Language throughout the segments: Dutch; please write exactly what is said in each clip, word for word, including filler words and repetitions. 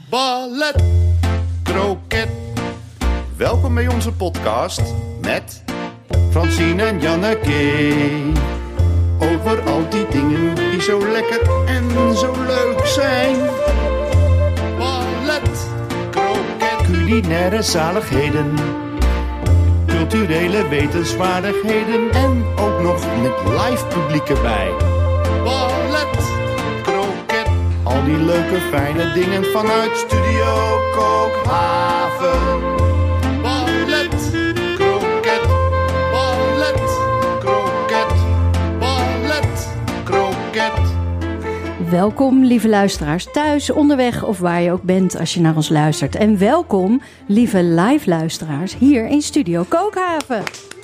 Ballet Croquet. Welkom bij onze podcast met Francine en Janneke. Over al die dingen die zo lekker en zo leuk zijn. Ballet Croquet. Culinaire zaligheden. Culturele wetenswaardigheden. En ook nog met live publiek erbij. Ballet Croquet. Al die leuke fijne dingen vanuit Studio Kookhaven. Ballet Croquet. Ballet Croquet. Ballet Croquet. Welkom, lieve luisteraars, thuis, onderweg of waar je ook bent als je naar ons luistert. En welkom, lieve live luisteraars, hier in Studio Kookhaven.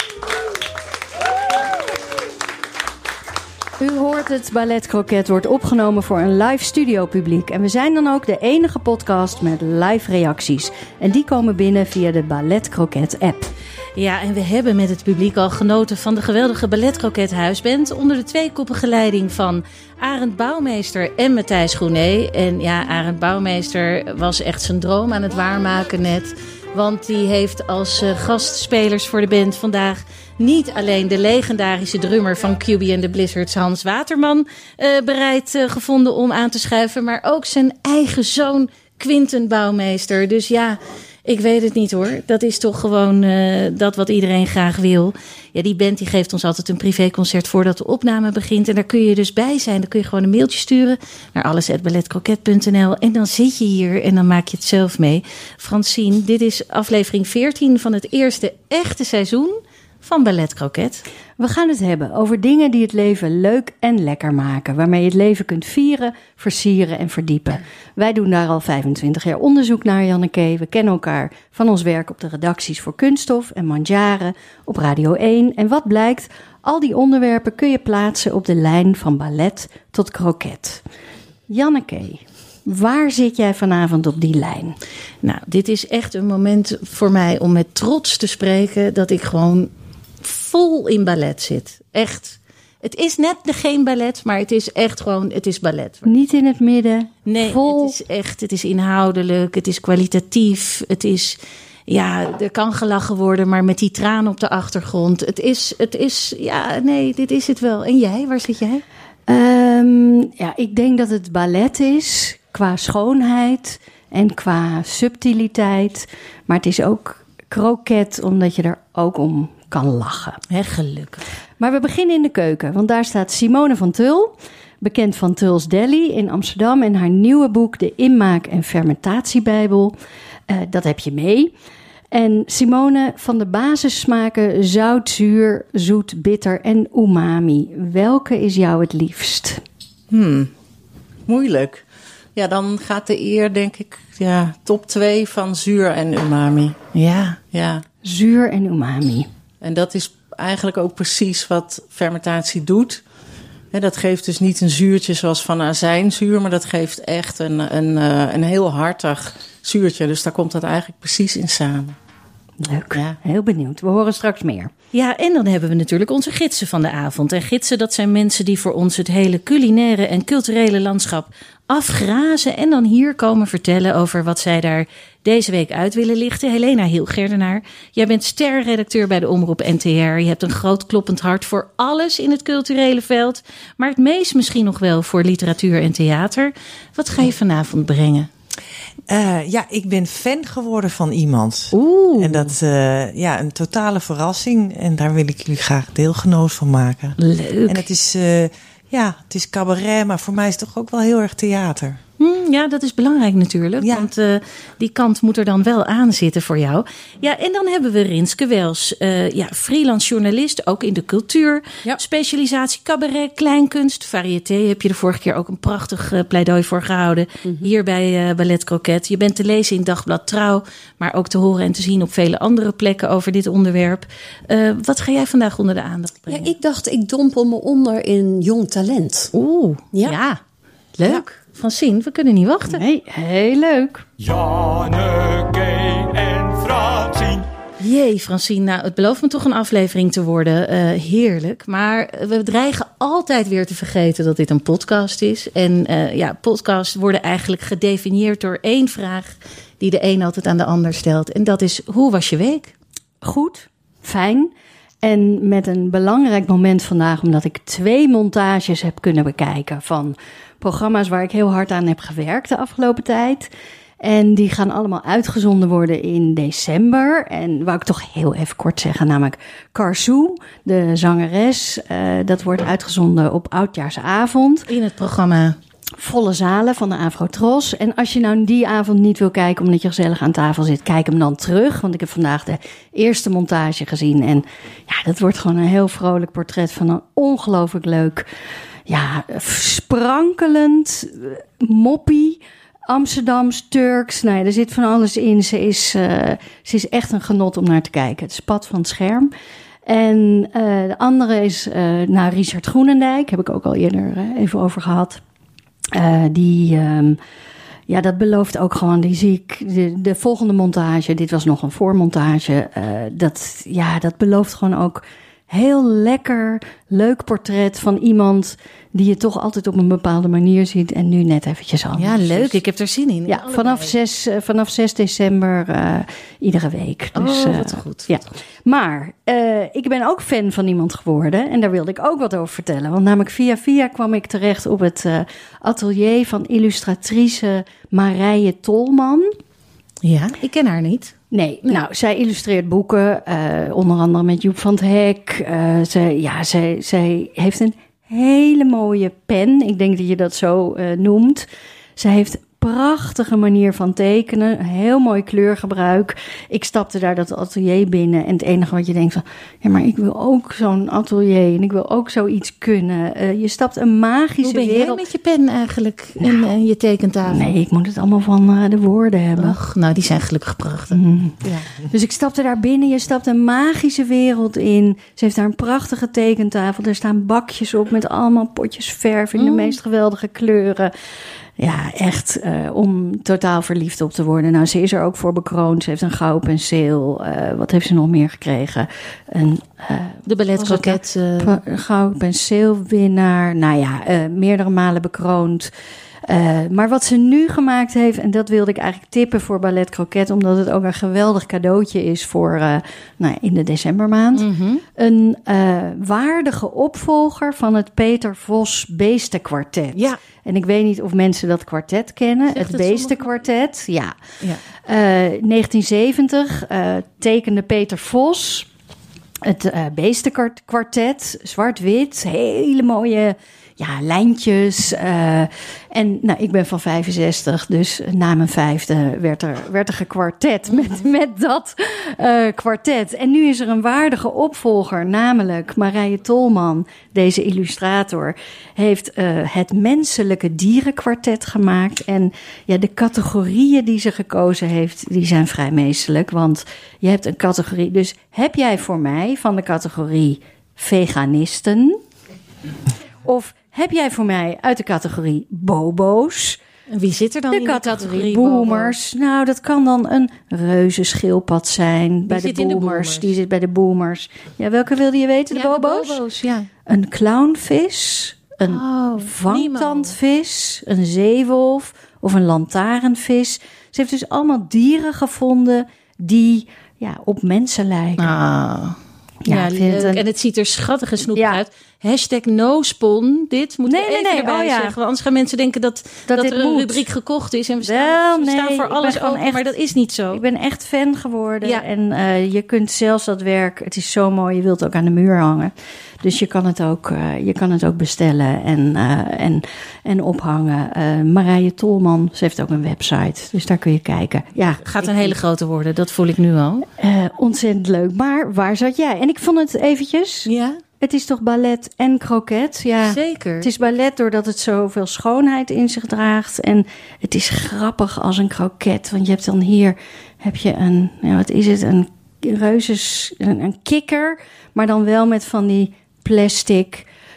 U hoort het, Ballet Croquet wordt opgenomen voor een live studio publiek. En we zijn dan ook de enige podcast met live reacties. En die komen binnen via de Ballet Croquet app. Ja, en we hebben met het publiek al genoten van de geweldige Ballet Croquet huisband onder de tweekoppige leiding van Arend Bouwmeester en Matthijs Groenee. En ja, Arend Bouwmeester was echt zijn droom aan het waarmaken net. Want die heeft als uh, gastspelers voor de band vandaag niet alleen de legendarische drummer van Q B and the Blizzards, Hans Waterman, uh, bereid uh, gevonden om aan te schuiven, maar ook zijn eigen zoon Quinten Bouwmeester. Dus ja, ik weet het niet hoor. Dat is toch gewoon uh, dat wat iedereen graag wil. Ja, die band die geeft ons altijd een privéconcert voordat de opname begint. En daar kun je dus bij zijn. Dan kun je gewoon een mailtje sturen naar alles at ballet croquet punt n l. En dan zit je hier en dan maak je het zelf mee. Francine, dit is aflevering veertien van het eerste echte seizoen van Ballet Croquet. We gaan het hebben over dingen die het leven leuk en lekker maken. Waarmee je het leven kunt vieren, versieren en verdiepen. Wij doen daar al vijfentwintig jaar onderzoek naar, Janneke. We kennen elkaar van ons werk op de redacties voor Kunststof en Mandjaren op Radio één. En wat blijkt, al die onderwerpen kun je plaatsen op de lijn van ballet tot croquet. Janneke, waar zit jij vanavond op die lijn? Nou, dit is echt een moment voor mij om met trots te spreken dat ik gewoon vol in ballet zit. Echt. Het is net geen ballet, maar het is echt gewoon, het is ballet. Niet in het midden. Nee, vol. Het is echt, het is inhoudelijk, het is kwalitatief, het is, ja, er kan gelachen worden, maar met die traan op de achtergrond. Het is, het is, ja, nee, dit is het wel. En jij, waar zit jij? Um, ja, ik denk dat het ballet is, qua schoonheid en qua subtiliteit. Maar het is ook croquet, omdat je er ook om kan lachen. Hè, gelukkig. Maar we beginnen in de keuken, want daar staat Simone van Tul, bekend van Tul's Deli in Amsterdam, en haar nieuwe boek De Inmaak- en Fermentatiebijbel. Uh, dat heb je mee. En Simone, van de basissmaken zout, zuur, zoet, bitter en umami. Welke is jou het liefst? Hmm, moeilijk. Ja, dan gaat de eer, denk ik, ja, top twee van zuur en umami. Ja, ja. Zuur en umami. En dat is eigenlijk ook precies wat fermentatie doet. He, dat geeft dus niet een zuurtje zoals van azijnzuur, maar dat geeft echt een, een, een heel hartig zuurtje. Dus daar komt dat eigenlijk precies in samen. Leuk, ja. Heel benieuwd. We horen straks meer. Ja, en dan hebben we natuurlijk onze gidsen van de avond. En gidsen, dat zijn mensen die voor ons het hele culinaire en culturele landschap afgrazen en dan hier komen vertellen over wat zij daar deze week uit willen lichten. Helena Hilgerdenaar, jij bent sterredacteur bij de Omroep N T R. Je hebt een groot kloppend hart voor alles in het culturele veld, maar het meest misschien nog wel voor literatuur en theater. Wat ga je vanavond brengen? Uh, ja, ik ben fan geworden van iemand. Oeh. En dat, uh, ja, een totale verrassing. En daar wil ik jullie graag deelgenoot van maken. Leuk. En het is, uh, ja, het is cabaret, maar voor mij is het toch ook wel heel erg theater. Hmm, ja, dat is belangrijk natuurlijk. Ja. Want uh, die kant moet er dan wel aan zitten voor jou. Ja, en dan hebben we Rinske Wels. Uh, ja, freelance journalist, ook in de cultuur. Ja. Specialisatie cabaret, kleinkunst, variété. Heb je de vorige keer ook een prachtig uh, pleidooi voor gehouden. Mm-hmm. Hier bij uh, Ballet Croquet. Je bent te lezen in Dagblad Trouw. Maar ook te horen en te zien op vele andere plekken over dit onderwerp. Uh, wat ga jij vandaag onder de aandacht brengen? Ja, ik dacht, ik dompel me onder in jong talent. Oeh, ja. ja. Leuk. Ja. Francine, we kunnen niet wachten. Nee, heel leuk. Janneke en Francine, Jee, Francine, nou, het belooft me toch een aflevering te worden. Uh, heerlijk. Maar we dreigen altijd weer te vergeten dat dit een podcast is. En uh, ja, podcasts worden eigenlijk gedefinieerd door één vraag die de een altijd aan de ander stelt. En dat is, hoe was je week? Goed, fijn. En met een belangrijk moment vandaag, omdat ik twee montages heb kunnen bekijken van programma's waar ik heel hard aan heb gewerkt de afgelopen tijd. En die gaan allemaal uitgezonden worden in december. En wou ik toch heel even kort zeggen, namelijk Karsu, de zangeres. Uh, dat wordt uitgezonden op Oudjaarsavond. In het programma. Volle zalen van de Afro-Tros. En als je nou die avond niet wil kijken omdat je gezellig aan tafel zit, kijk hem dan terug. Want ik heb vandaag de eerste montage gezien. En ja, dat wordt gewoon een heel vrolijk portret van een ongelooflijk leuk, ja, sprankelend, moppie, Amsterdams, Turks. Nou ja, er zit van alles in. Ze is, uh, ze is echt een genot om naar te kijken. Het spat van het scherm. En uh, de andere is uh, nou, Richard Groenendijk. Heb ik ook al eerder uh, even over gehad. Uh, die, um, ja, dat belooft ook gewoon, die zie ik, de, de volgende montage, dit was nog een voormontage, uh, dat, ja, dat belooft gewoon ook heel lekker, leuk portret van iemand die je toch altijd op een bepaalde manier ziet en nu net eventjes anders. Ja, leuk. Ik heb er zin in. Ja, vanaf zes, uh, vanaf zes december uh, iedere week. Dus, oh, wat goed. Uh, ja. Wat goed. Maar uh, ik ben ook fan van iemand geworden en daar wilde ik ook wat over vertellen. Want namelijk via via kwam ik terecht op het uh, atelier van illustratrice Marije Tolman. Ja, ik ken haar niet. Nee, nee, nou, zij illustreert boeken, uh, onder andere met Joep van het Hek. Uh, zij, ja, zij, zij heeft een hele mooie pen. Ik denk dat je dat zo uh, noemt. Zij heeft een prachtige manier van tekenen. Een heel mooi kleurgebruik. Ik stapte daar dat atelier binnen. En het enige wat je denkt van, ja, maar ik wil ook zo'n atelier. En ik wil ook zoiets kunnen. Uh, je stapt een magische wereld. Hoe ben wereld. jij met je pen eigenlijk Nou, in uh, je tekentafel? Nee, ik moet het allemaal van uh, de woorden hebben. Ach, nou, die zijn gelukkig prachtig. Mm. Ja. Dus ik stapte daar binnen. Je stapt een magische wereld in. Ze heeft daar een prachtige tekentafel. Er staan bakjes op met allemaal potjes verf in mm. de meest geweldige kleuren. Ja, echt uh, om totaal verliefd op te worden. Nou, ze is er ook voor bekroond. Ze heeft een gouden penseel. Uh, wat heeft ze nog meer gekregen? Een, uh, de Ballet Croquette. Uh... Een gouden penseelwinnaar. Nou ja, uh, meerdere malen bekroond. Uh, maar wat ze nu gemaakt heeft, en dat wilde ik eigenlijk tippen voor Ballet Croquette, omdat het ook een geweldig cadeautje is voor uh, nou, in de decembermaand. Mm-hmm. Een uh, waardige opvolger van het Peter Vos Beestenkwartet. Ja. En ik weet niet of mensen dat kwartet kennen. Zegt het het Beestenkwartet, ja. ja. Uh, negentien zeventig uh, tekende Peter Vos het uh, Beestenkwartet, zwart-wit, hele mooie, ja, lijntjes. Uh, en nou, ik ben van vijfenzestig, dus na mijn vijfde werd er, werd er gekwartet met, met dat uh, kwartet. En nu is er een waardige opvolger, namelijk Marije Tolman, deze illustrator, heeft uh, het Menselijke Dierenkwartet gemaakt. En ja, de categorieën die ze gekozen heeft, die zijn vrij meesterlijk. Want je hebt een categorie, dus heb jij voor mij van de categorie veganisten? Of heb jij voor mij uit de categorie bobo's? En wie zit er dan de in de categorie, categorie boomers? Bobo? Nou, dat kan dan een reuzenschildpad zijn. Die bij de boomers. de boomers. Die zit bij de boomers. Ja, welke wilde je weten? De ja, bobo's? De bobo's, ja. Een clownvis, een oh, vangtandvis, een zeewolf of een lantaarnvis. Ze heeft dus allemaal dieren gevonden die ja, op mensen lijken. Ah. Ja, ja leuk. Een... En het ziet er schattig en snoepig ja. uit. Hashtag no-spon. Dit moeten nee, we even nee, nee. erbij oh, ja. zeggen. Want anders gaan mensen denken dat, dat, dat er een moet. rubriek gekocht is. En we staan, Wel, we nee, staan voor alles open, echt, maar dat is niet zo. Ik ben echt fan geworden. Ja. En uh, je kunt zelfs dat werk, het is zo mooi, je wilt het ook aan de muur hangen. Dus je kan het ook, uh, je kan het ook bestellen en, uh, en, en ophangen. Uh, Marije Tolman, ze heeft ook een website, dus daar kun je kijken. Ja, gaat ik, een hele grote worden, dat voel ik nu al. Uh, ontzettend leuk, maar waar zat jij? En ik vond het eventjes... Ja? Het is toch ballet en croquet? Ja, zeker. Het is ballet doordat het zoveel schoonheid in zich draagt. En het is grappig als een croquet. Want je hebt dan hier, heb je een, ja, wat is het, een reuzes, een, een kikker. Maar dan wel met van die plastic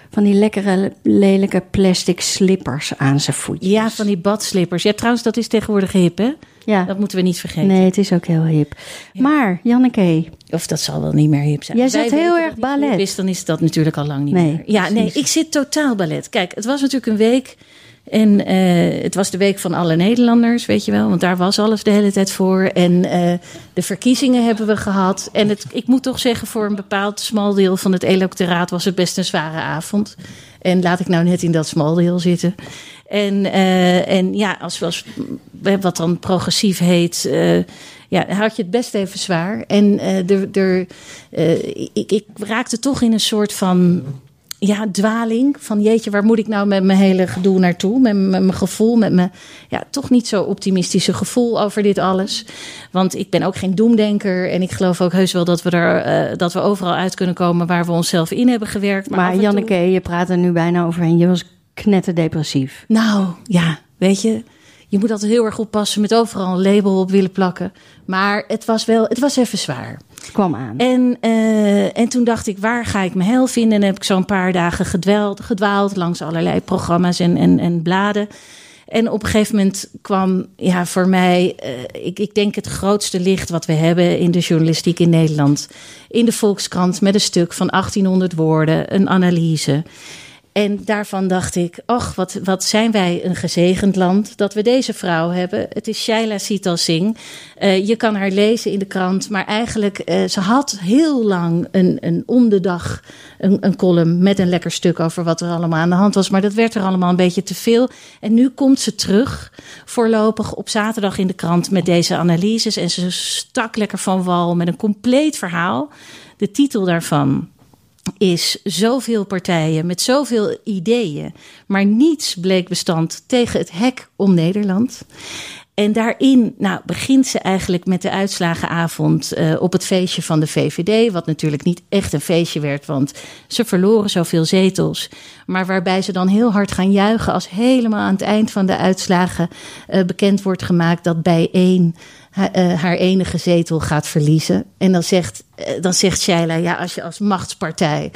van die lekkere, lelijke plastic slippers aan zijn voetjes. Ja, van die badslippers. Ja, trouwens, dat is tegenwoordig hip, hè? Ja. Dat moeten we niet vergeten. Nee, het is ook heel hip. Ja. Maar, Janneke... Of dat zal wel niet meer hip zijn. Jij Wij zat heel weten erg dat die ballet. hip is, dan is dat natuurlijk al lang niet Nee, meer. Ja, nee, precies. ik zit totaal ballet. Kijk, het was natuurlijk een week... En uh, het was de week van alle Nederlanders, weet je wel. Want daar was alles de hele tijd voor. En uh, de verkiezingen hebben we gehad. En het, ik moet toch zeggen, voor een bepaald smal deel van het electoraat was het best een zware avond. En laat ik nou net in dat smal deel zitten. En, uh, en ja, als, als wat dan progressief heet... Uh, ja, had je het best even zwaar. En uh, er, er, uh, ik, ik raakte toch in een soort van... Ja, dwaling. Van jeetje, waar moet ik nou met mijn hele gedoe naartoe? Met, met mijn gevoel, met mijn ja, toch niet zo optimistische gevoel over dit alles. Want ik ben ook geen doemdenker. En ik geloof ook heus wel dat we, er, uh, dat we overal uit kunnen komen waar we onszelf in hebben gewerkt. Maar, Maar Janneke, toe... je praat er nu bijna overheen. Je was knetterdepressief. Nou, ja, weet je... Je moet altijd heel erg oppassen met overal een label op willen plakken. Maar het was wel, het was even zwaar. Het kwam aan. En, uh, en toen dacht ik, waar ga ik me heil vinden? En dan heb ik zo'n paar dagen gedwaald, gedwaald langs allerlei programma's en, en, en bladen. En op een gegeven moment kwam ja, voor mij, uh, ik, ik denk het grootste licht wat we hebben in de journalistiek in Nederland. In de Volkskrant met een stuk van achttienhonderd woorden, een analyse. En daarvan dacht ik, ach, wat, wat zijn wij een gezegend land dat we deze vrouw hebben. Het is Shaila Sital Singh. Uh, je kan haar lezen in de krant, maar eigenlijk, uh, ze had heel lang een, een om de dag een, een column met een lekker stuk over wat er allemaal aan de hand was. Maar dat werd er allemaal een beetje te veel. En nu komt ze terug, voorlopig op zaterdag in de krant met deze analyses. En ze stak lekker van wal met een compleet verhaal. De titel daarvan is zoveel partijen met zoveel ideeën, maar niets bleek bestand tegen het hek om Nederland. En daarin nou, begint ze eigenlijk met de uitslagenavond uh, op het feestje van de V V D. Wat natuurlijk niet echt een feestje werd, want ze verloren zoveel zetels. Maar waarbij ze dan heel hard gaan juichen als helemaal aan het eind van de uitslagen uh, bekend wordt gemaakt dat bijeen haar, uh, haar enige zetel gaat verliezen. En dan zegt, uh, dan zegt Shaila, ja, als je als machtspartij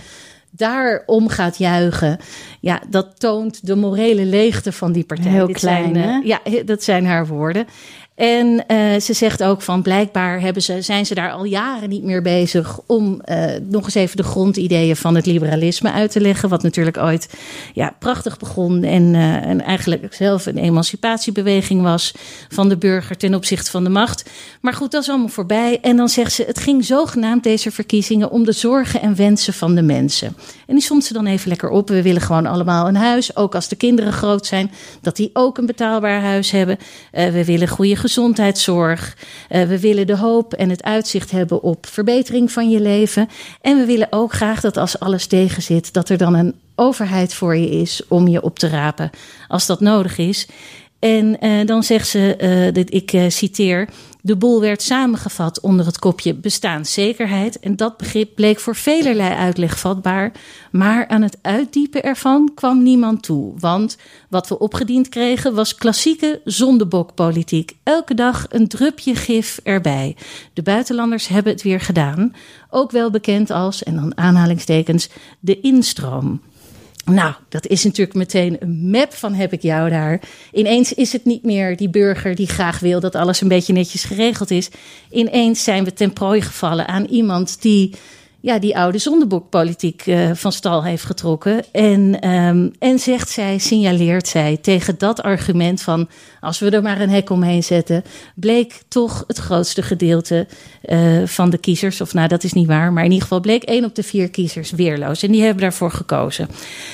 daarom gaat juichen, ja, dat toont de morele leegte van die partij. Heel Dit klein, zijn, uh, hè? Ja, dat zijn haar woorden. En uh, ze zegt ook van blijkbaar hebben ze, zijn ze daar al jaren niet meer bezig om uh, nog eens even de grondideeën van het liberalisme uit te leggen. Wat natuurlijk ooit ja, prachtig begon en, uh, en eigenlijk zelf een emancipatiebeweging was van de burger ten opzichte van de macht. Maar goed, dat is allemaal voorbij. En dan zegt ze, het ging zogenaamd deze verkiezingen om de zorgen en wensen van de mensen. En die somt ze dan even lekker op. We willen gewoon allemaal een huis, ook als de kinderen groot zijn, dat die ook een betaalbaar huis hebben. Uh, we willen goede gezondheidszorg. Uh, we willen de hoop en het uitzicht hebben op verbetering van je leven. En we willen ook graag dat als alles tegen zit, dat er dan een overheid voor je is om je op te rapen als dat nodig is. En uh, dan zegt ze, uh, dit, ik uh, citeer, de boel werd samengevat onder het kopje bestaanszekerheid. En dat begrip bleek voor velerlei uitleg vatbaar. Maar aan het uitdiepen ervan kwam niemand toe. Want wat we opgediend kregen was klassieke zondebokpolitiek. Elke dag een drupje gif erbij. De buitenlanders hebben het weer gedaan. Ook wel bekend als, en dan aanhalingstekens, de instroom. Nou, dat is natuurlijk meteen een map van heb ik jou daar. Ineens is het niet meer die burger die graag wil dat alles een beetje netjes geregeld is. Ineens zijn we ten prooi gevallen aan iemand die ja, die oude zondebokpolitiek uh, van stal heeft getrokken. En, um, en zegt zij, signaleert zij tegen dat argument van als we er maar een hek omheen zetten, bleek toch het grootste gedeelte uh, van de kiezers, of nou dat is niet waar, maar in ieder geval bleek één op de vier kiezers weerloos. En die hebben daarvoor gekozen.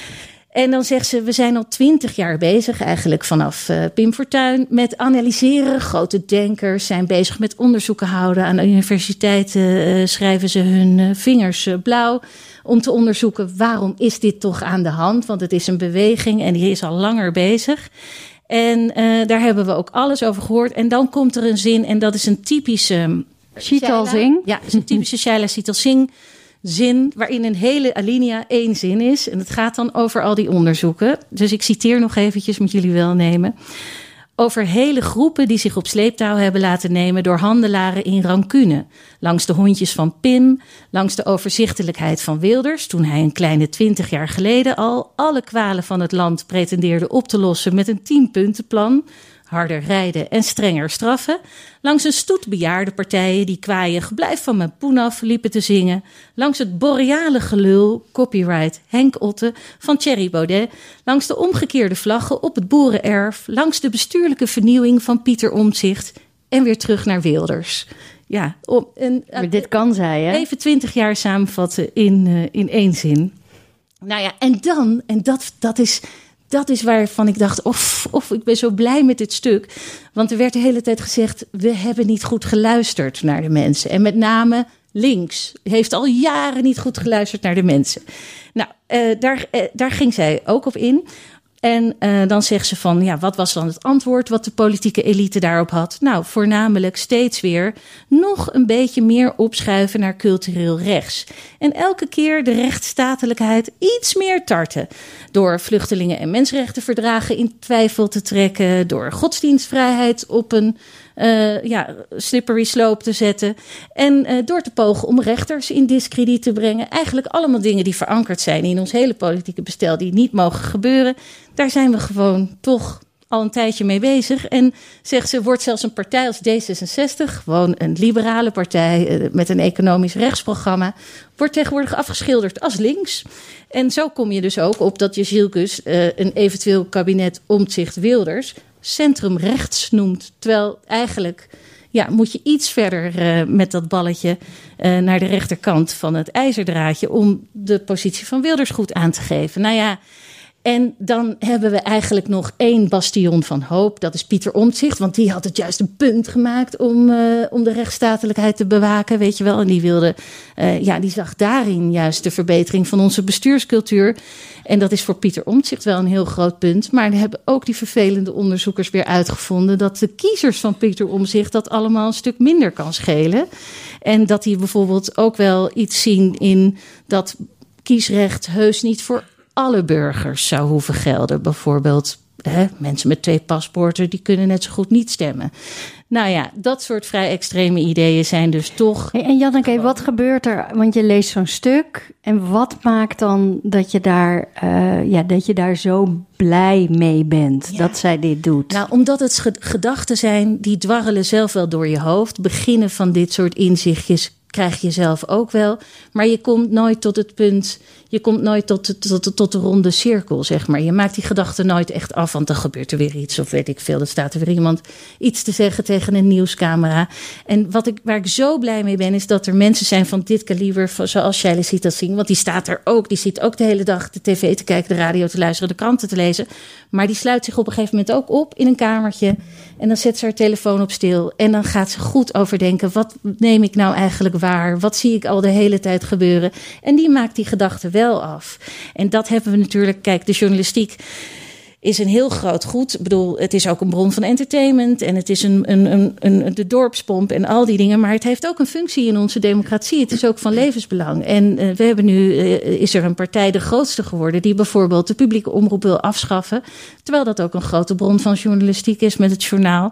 En dan zegt ze, we zijn al twintig jaar bezig, eigenlijk vanaf uh, Pim Fortuyn, met analyseren. Grote denkers zijn bezig met onderzoeken houden. Aan de universiteiten uh, schrijven ze hun uh, vingers uh, blauw om te onderzoeken waarom is dit toch aan de hand. Want het is een beweging en die is al langer bezig. En uh, daar hebben we ook alles over gehoord. En dan komt er een zin en dat is een typische Sital Singh. Ja, is een typische Shaila Sital Singh zin waarin een hele alinea één zin is. En het gaat dan over al die onderzoeken. Dus ik citeer nog eventjes, moet jullie wel nemen. Over hele groepen die zich op sleeptouw hebben laten nemen door handelaren in rancune. Langs de hondjes van Pim, langs de overzichtelijkheid van Wilders, toen hij een kleine twintig jaar geleden al alle kwalen van het land pretendeerde op te lossen met een tienpuntenplan. Harder rijden en strenger straffen. Langs een stoet bejaarde partijen die kwaaiig blijf van mijn poen af liepen te zingen. Langs het boreale gelul, copyright Henk Otte van Thierry Baudet. Langs de omgekeerde vlaggen op het boerenerf. Langs de bestuurlijke vernieuwing van Pieter Omtzigt. En weer terug naar Wilders. Ja, om, en, Maar dit kan zij, hè? Even twintig jaar samenvatten in, uh, in één zin. Nou ja, en dan, en dat, dat is... Dat is waarvan ik dacht, of, of ik ben zo blij met dit stuk. Want er werd de hele tijd gezegd, we hebben niet goed geluisterd naar de mensen. En met name links heeft al jaren niet goed geluisterd naar de mensen. Nou, uh, daar, uh, daar ging zij ook op in. En uh, dan zegt ze van, ja, wat was dan het antwoord wat de politieke elite daarop had? Nou, voornamelijk steeds weer nog een beetje meer opschuiven naar cultureel rechts. En elke keer de rechtsstatelijkheid iets meer tarten. Door vluchtelingen- en mensenrechtenverdragen in twijfel te trekken. Door godsdienstvrijheid op een uh, ja, slippery slope te zetten. En uh, door te pogen om rechters in diskrediet te brengen. Eigenlijk allemaal dingen die verankerd zijn in ons hele politieke bestel, die niet mogen gebeuren. Daar zijn we gewoon toch al een tijdje mee bezig. En zegt ze, wordt zelfs een partij als D zesenzestig, gewoon een liberale partij uh, met een economisch rechtsprogramma, wordt tegenwoordig afgeschilderd als links. En zo kom je dus ook op dat Jezielkus uh, een eventueel kabinet Omtzigt-Wilders centrumrechts noemt. Terwijl eigenlijk ja, moet je iets verder uh, met dat balletje uh, naar de rechterkant van het ijzerdraadje om de positie van Wilders goed aan te geven. Nou ja, en dan hebben we eigenlijk nog één bastion van hoop. Dat is Pieter Omtzigt, want die had het juist een punt gemaakt om, uh, om de rechtsstatelijkheid te bewaken, weet je wel. En die wilde, uh, ja, die zag daarin juist de verbetering van onze bestuurscultuur. En dat is voor Pieter Omtzigt wel een heel groot punt. Maar dan hebben ook die vervelende onderzoekers weer uitgevonden dat de kiezers van Pieter Omtzigt dat allemaal een stuk minder kan schelen. En dat die bijvoorbeeld ook wel iets zien in dat kiesrecht heus niet voor alle burgers zou hoeven gelden. Bijvoorbeeld hè, mensen met twee paspoorten, die kunnen net zo goed niet stemmen. Nou ja, dat soort vrij extreme ideeën zijn dus toch... Hey, en Janneke, wat gebeurt er? Want je leest zo'n stuk. En wat maakt dan dat je daar, uh, ja, dat je daar zo blij mee bent, ja, dat zij dit doet? Nou, omdat het gedachten zijn die dwarrelen zelf wel door je hoofd. Beginnen van dit soort inzichtjes krijg je zelf ook wel. Maar je komt nooit tot het punt, je komt nooit tot de, tot, de, tot de ronde cirkel, zeg maar. Je maakt die gedachten nooit echt af, want dan gebeurt er weer iets, of weet ik veel. Dan staat er weer iemand iets te zeggen tegen een nieuwscamera. En wat ik, waar ik zo blij mee ben, is dat er mensen zijn van dit kaliber, zoals Shaila Sitalsing, want die staat er ook. Die zit ook de hele dag de tv te kijken, de radio te luisteren, de kranten te lezen. Maar die sluit zich op een gegeven moment ook op in een kamertje. En dan zet ze haar telefoon op stil. En dan gaat ze goed overdenken, wat neem ik nou eigenlijk waar? Wat zie ik al de hele tijd gebeuren? En die maakt die gedachten wel af. En dat hebben we natuurlijk, kijk, de journalistiek is een heel groot goed. Ik bedoel, het is ook een bron van entertainment en het is een, een, een, een, de dorpspomp en al die dingen. Maar het heeft ook een functie in onze democratie. Het is ook van levensbelang. En uh, we hebben nu, uh, is er een partij de grootste geworden die bijvoorbeeld de publieke omroep wil afschaffen. Terwijl dat ook een grote bron van journalistiek is met het journaal.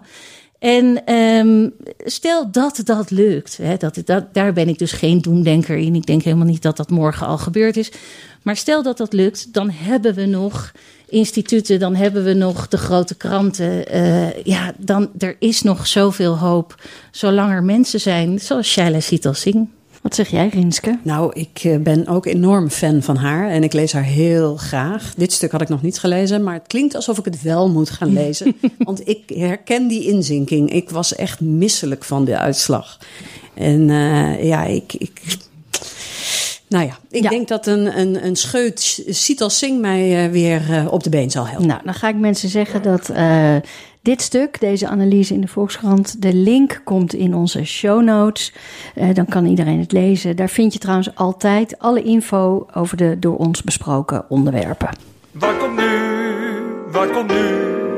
En um, stel dat dat lukt, hè, dat, dat, daar ben ik dus geen doemdenker in. Ik denk helemaal niet dat dat morgen al gebeurd is. Maar stel dat dat lukt, dan hebben we nog instituten, dan hebben we nog de grote kranten. Uh, ja, dan, er is nog zoveel hoop, zolang er mensen zijn, zoals Shaila Sitalsing. Wat zeg jij, Rinske? Nou, ik ben ook enorm fan van haar en ik lees haar heel graag. Dit stuk had ik nog niet gelezen, maar het klinkt alsof ik het wel moet gaan lezen. Want ik herken die inzinking. Ik was echt misselijk van de uitslag. En uh, ja, ik... ik nou ja, ik ja. denk dat een, een, een scheut Sitalsing mij uh, weer uh, op de been zal helpen. Nou, dan ga ik mensen zeggen dat uh, dit stuk, deze analyse in de Volkskrant, de link komt in onze show notes. Uh, dan kan iedereen het lezen. Daar vind je trouwens altijd alle info over de door ons besproken onderwerpen. Wat komt nu? Wat komt nu?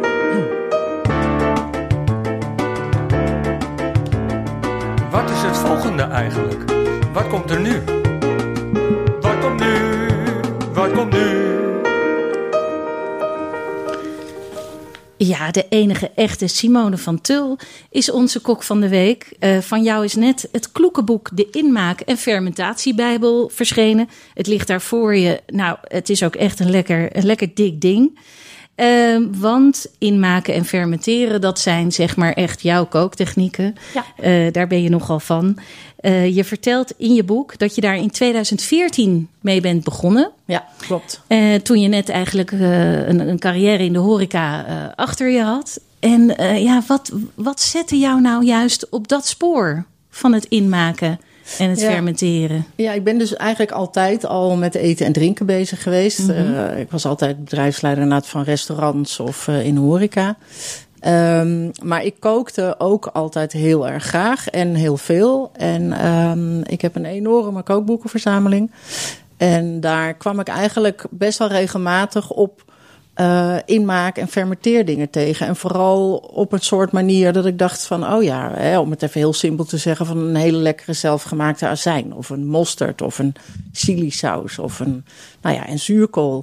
Wat is het volgende eigenlijk? Wat komt er nu? Wat komt nu? Wat komt nu? Ja, de enige echte Simone van Tul is onze kok van de week. Uh, van jou is net het kloekenboek De Inmaak- en Fermentatiebijbel verschenen. Het ligt daar voor je. Nou, het is ook echt een lekker, een lekker dik ding. Uh, want inmaken en fermenteren, dat zijn zeg maar echt jouw kooktechnieken. Ja. Uh, daar ben je nogal van. Uh, je vertelt in je boek dat je daar in tweeduizend veertien mee bent begonnen. Ja, klopt. Uh, toen je net eigenlijk uh, een, een carrière in de horeca uh, achter je had. En uh, ja, wat, wat zette jou nou juist op dat spoor van het inmaken en het ja. fermenteren? Ja, ik ben dus eigenlijk altijd al met eten en drinken bezig geweest. Mm-hmm. Uh, ik was altijd bedrijfsleider inderdaad van restaurants of uh, in de horeca. Um, maar ik kookte ook altijd heel erg graag en heel veel. En um, ik heb een enorme kookboekenverzameling. En daar kwam ik eigenlijk best wel regelmatig op uh, inmaak- en fermenteerdingen tegen. En vooral op een soort manier dat ik dacht van, oh ja, hè, om het even heel simpel te zeggen, van een hele lekkere zelfgemaakte azijn. Of een mosterd of een chilisaus of een, nou ja, en zuurkool.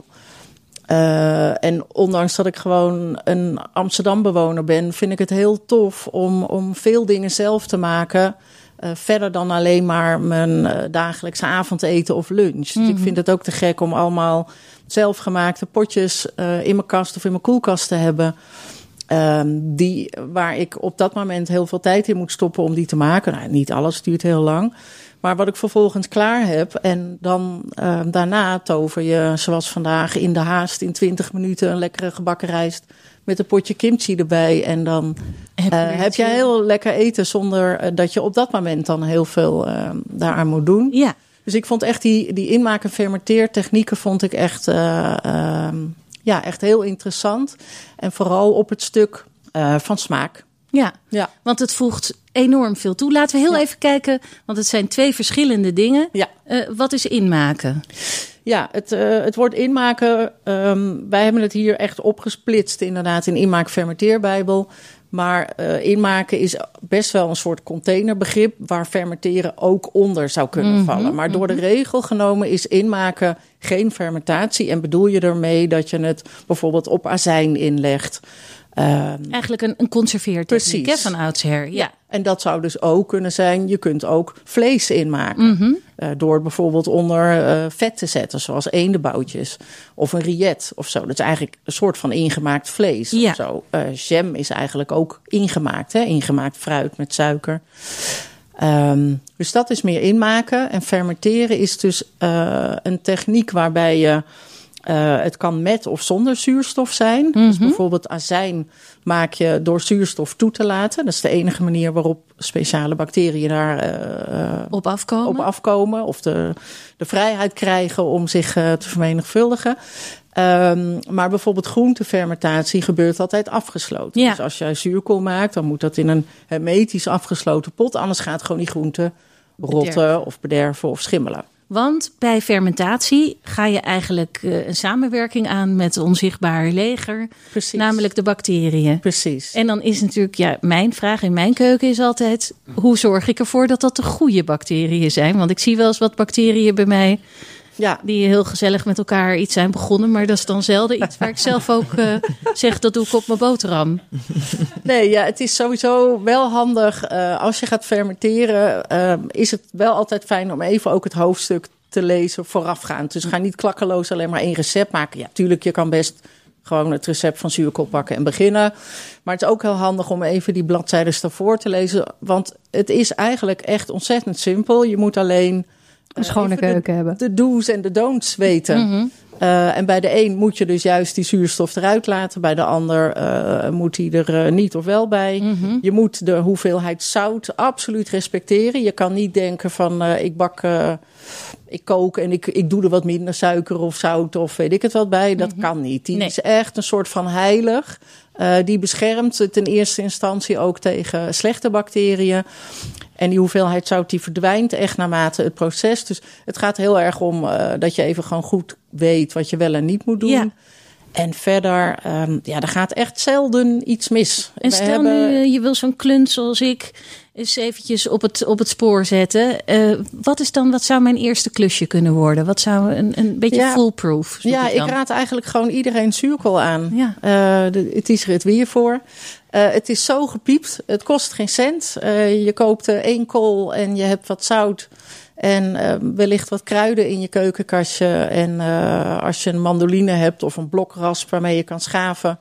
Uh, en ondanks dat ik gewoon een Amsterdam-bewoner ben, vind ik het heel tof om, om veel dingen zelf te maken. Uh, verder dan alleen maar mijn uh, dagelijkse avondeten of lunch. Mm-hmm. Dus ik vind het ook te gek om allemaal zelfgemaakte potjes uh, in mijn kast of in mijn koelkast te hebben. Uh, die, waar ik op dat moment heel veel tijd in moet stoppen om die te maken. Nou, niet alles, duurt heel lang. Maar wat ik vervolgens klaar heb en dan uh, daarna tover je, zoals vandaag, in de haast in twintig minuten een lekkere gebakken rijst met een potje kimchi erbij. En dan heb je, uh, heb je heel lekker eten zonder uh, dat je op dat moment dan heel veel uh, daaraan moet doen. Ja. Dus ik vond echt die, die inmaak- en fermenteertechnieken vond ik echt, uh, uh, ja, echt heel interessant. En vooral op het stuk uh, van smaak. Ja, ja, want het voegt enorm veel toe. Laten we heel ja. even kijken, want het zijn twee verschillende dingen. Ja. Uh, wat is inmaken? Ja, het, uh, het woord inmaken, um, wij hebben het hier echt opgesplitst inderdaad in inmaak-fermenteerbijbel. Maar uh, inmaken is best wel een soort containerbegrip waar fermenteren ook onder zou kunnen mm-hmm, vallen. Maar door mm-hmm. de regel genomen is inmaken geen fermentatie. En bedoel je ermee dat je het bijvoorbeeld op azijn inlegt. Um, Eigenlijk een, een conserveertechniek hè, van oudsher. Ja. ja, en dat zou dus ook kunnen zijn, je kunt ook vlees inmaken. Mm-hmm. Uh, door bijvoorbeeld onder uh, vet te zetten, zoals eendenboutjes. Of een rillette of zo. Dat is eigenlijk een soort van ingemaakt vlees. Ja. Of zo. Uh, jam is eigenlijk ook ingemaakt. Hè? Ingemaakt fruit met suiker. Um, dus dat is meer inmaken. En fermenteren is dus uh, een techniek waarbij je... Uh, het kan met of zonder zuurstof zijn. Mm-hmm. Dus bijvoorbeeld azijn maak je door zuurstof toe te laten. Dat is de enige manier waarop speciale bacteriën daar uh, op, afkomen. op afkomen. Of de, de vrijheid krijgen om zich uh, te vermenigvuldigen. Um, maar bijvoorbeeld groentefermentatie gebeurt altijd afgesloten. Ja. Dus als jij zuurkool maakt, dan moet dat in een hermetisch afgesloten pot. Anders gaat gewoon die groente rotten bederven. of bederven of schimmelen. Want bij fermentatie ga je eigenlijk uh, een samenwerking aan met het onzichtbare leger. Precies. Namelijk de bacteriën. Precies. En dan is natuurlijk, ja, mijn vraag in mijn keuken is altijd... hoe zorg ik ervoor dat dat de goede bacteriën zijn? Want ik zie wel eens wat bacteriën bij mij... Ja. die heel gezellig met elkaar iets zijn begonnen. Maar dat is dan zelden iets waar ik zelf ook uh, zeg... dat doe ik op mijn boterham. Nee, ja, het is sowieso wel handig. Uh, als je gaat fermenteren... Uh, is het wel altijd fijn om even ook het hoofdstuk te lezen voorafgaand. Dus ga niet klakkeloos alleen maar één recept maken. Ja, tuurlijk, je kan best gewoon het recept van zuurkool pakken en beginnen. Maar het is ook heel handig om even die bladzijden daarvoor te lezen. Want het is eigenlijk echt ontzettend simpel. Je moet alleen... Een schone keuken de, hebben. De do's en de don'ts weten. Mm-hmm. Uh, en bij de een moet je dus juist die zuurstof eruit laten. Bij de ander uh, moet die er uh, niet of wel bij. Mm-hmm. Je moet de hoeveelheid zout absoluut respecteren. Je kan niet denken van uh, ik bak, uh, ik kook en ik, ik doe er wat minder suiker of zout of weet ik het wat bij. Dat mm-hmm. kan niet. Die nee. is echt een soort van heilig. Uh, die beschermt het in eerste instantie ook tegen slechte bacteriën. En die hoeveelheid zout die verdwijnt echt naarmate het proces. Dus het gaat heel erg om uh, dat je even gewoon goed weet wat je wel en niet moet doen. Ja. En verder, um, ja, er gaat echt zelden iets mis. En We stel hebben... nu, uh, je wil zo'n klunt zoals ik eens eventjes op het, op het spoor zetten. Uh, wat is dan, wat zou mijn eerste klusje kunnen worden? Wat zou een, een beetje ja, foolproof? Ja, ik raad eigenlijk gewoon iedereen zuurkool aan. Ja. Uh, de, het is er het weer voor. Uh, het is zo gepiept. Het kost geen cent. Uh, je koopt uh, één kool en je hebt wat zout. En uh, wellicht wat kruiden in je keukenkastje. En uh, als je een mandoline hebt of een blokrasp waarmee je kan schaven.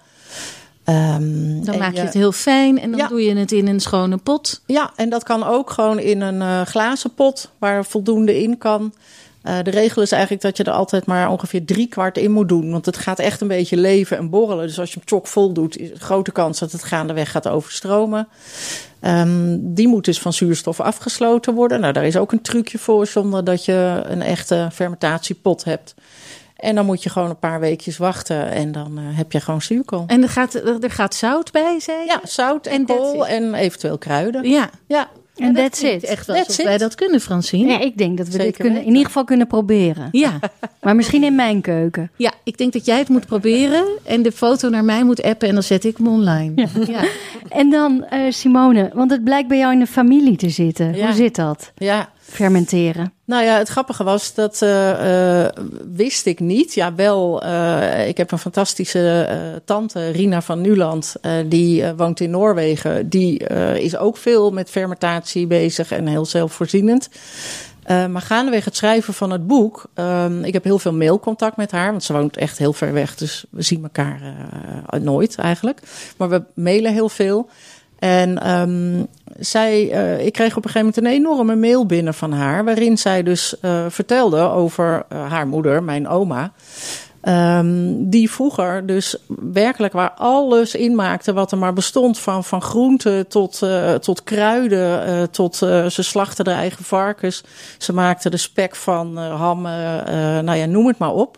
Um, dan maak je, je het heel fijn en dan ja. doe je het in een schone pot. Ja, en dat kan ook gewoon in een uh, glazen pot waar voldoende in kan. Uh, de regel is eigenlijk dat je er altijd maar ongeveer drie kwart in moet doen. Want het gaat echt een beetje leven en borrelen. Dus als je hem chockvol doet, is er een grote kans dat het gaandeweg gaat overstromen. Um, die moet dus van zuurstof afgesloten worden. Nou, daar is ook een trucje voor, zonder dat je een echte fermentatiepot hebt. En dan moet je gewoon een paar weekjes wachten en dan uh, heb je gewoon zuurkool. En er gaat, er gaat zout bij, zei je? Ja, zout en, en kool en eventueel kruiden. Ja, ja. En dat that's it. Echt wel alsof wij dat kunnen, Francine. Ja, ik denk dat we Zeker dit kunnen, in ieder geval kunnen proberen. Ja. Maar misschien in mijn keuken. Ja, ik denk dat jij het moet proberen en de foto naar mij moet appen en dan zet ik hem online. Ja. Ja. En dan uh, Simone, want het blijkt bij jou in de familie te zitten. Ja. Hoe zit dat? Ja. Fermenteren. Nou ja, het grappige was, dat uh, uh, wist ik niet. Ja, wel, uh, ik heb een fantastische uh, tante, Rina van Nuland, uh, die uh, woont in Noorwegen. Die uh, is ook veel met fermentatie bezig en heel zelfvoorzienend. Uh, maar gaandeweg het schrijven van het boek, uh, ik heb heel veel mailcontact met haar, want ze woont echt heel ver weg, dus we zien elkaar uh, nooit eigenlijk. Maar we mailen heel veel. En um, zij, uh, ik kreeg op een gegeven moment een enorme mail binnen van haar, waarin zij dus uh, vertelde over uh, haar moeder, mijn oma. Um, die vroeger dus werkelijk waar alles in maakte wat er maar bestond. Van, van groenten tot, uh, tot kruiden, uh, tot uh, ze slachten de eigen varkens. Ze maakte de spek van uh, ham, uh, nou ja, noem het maar op.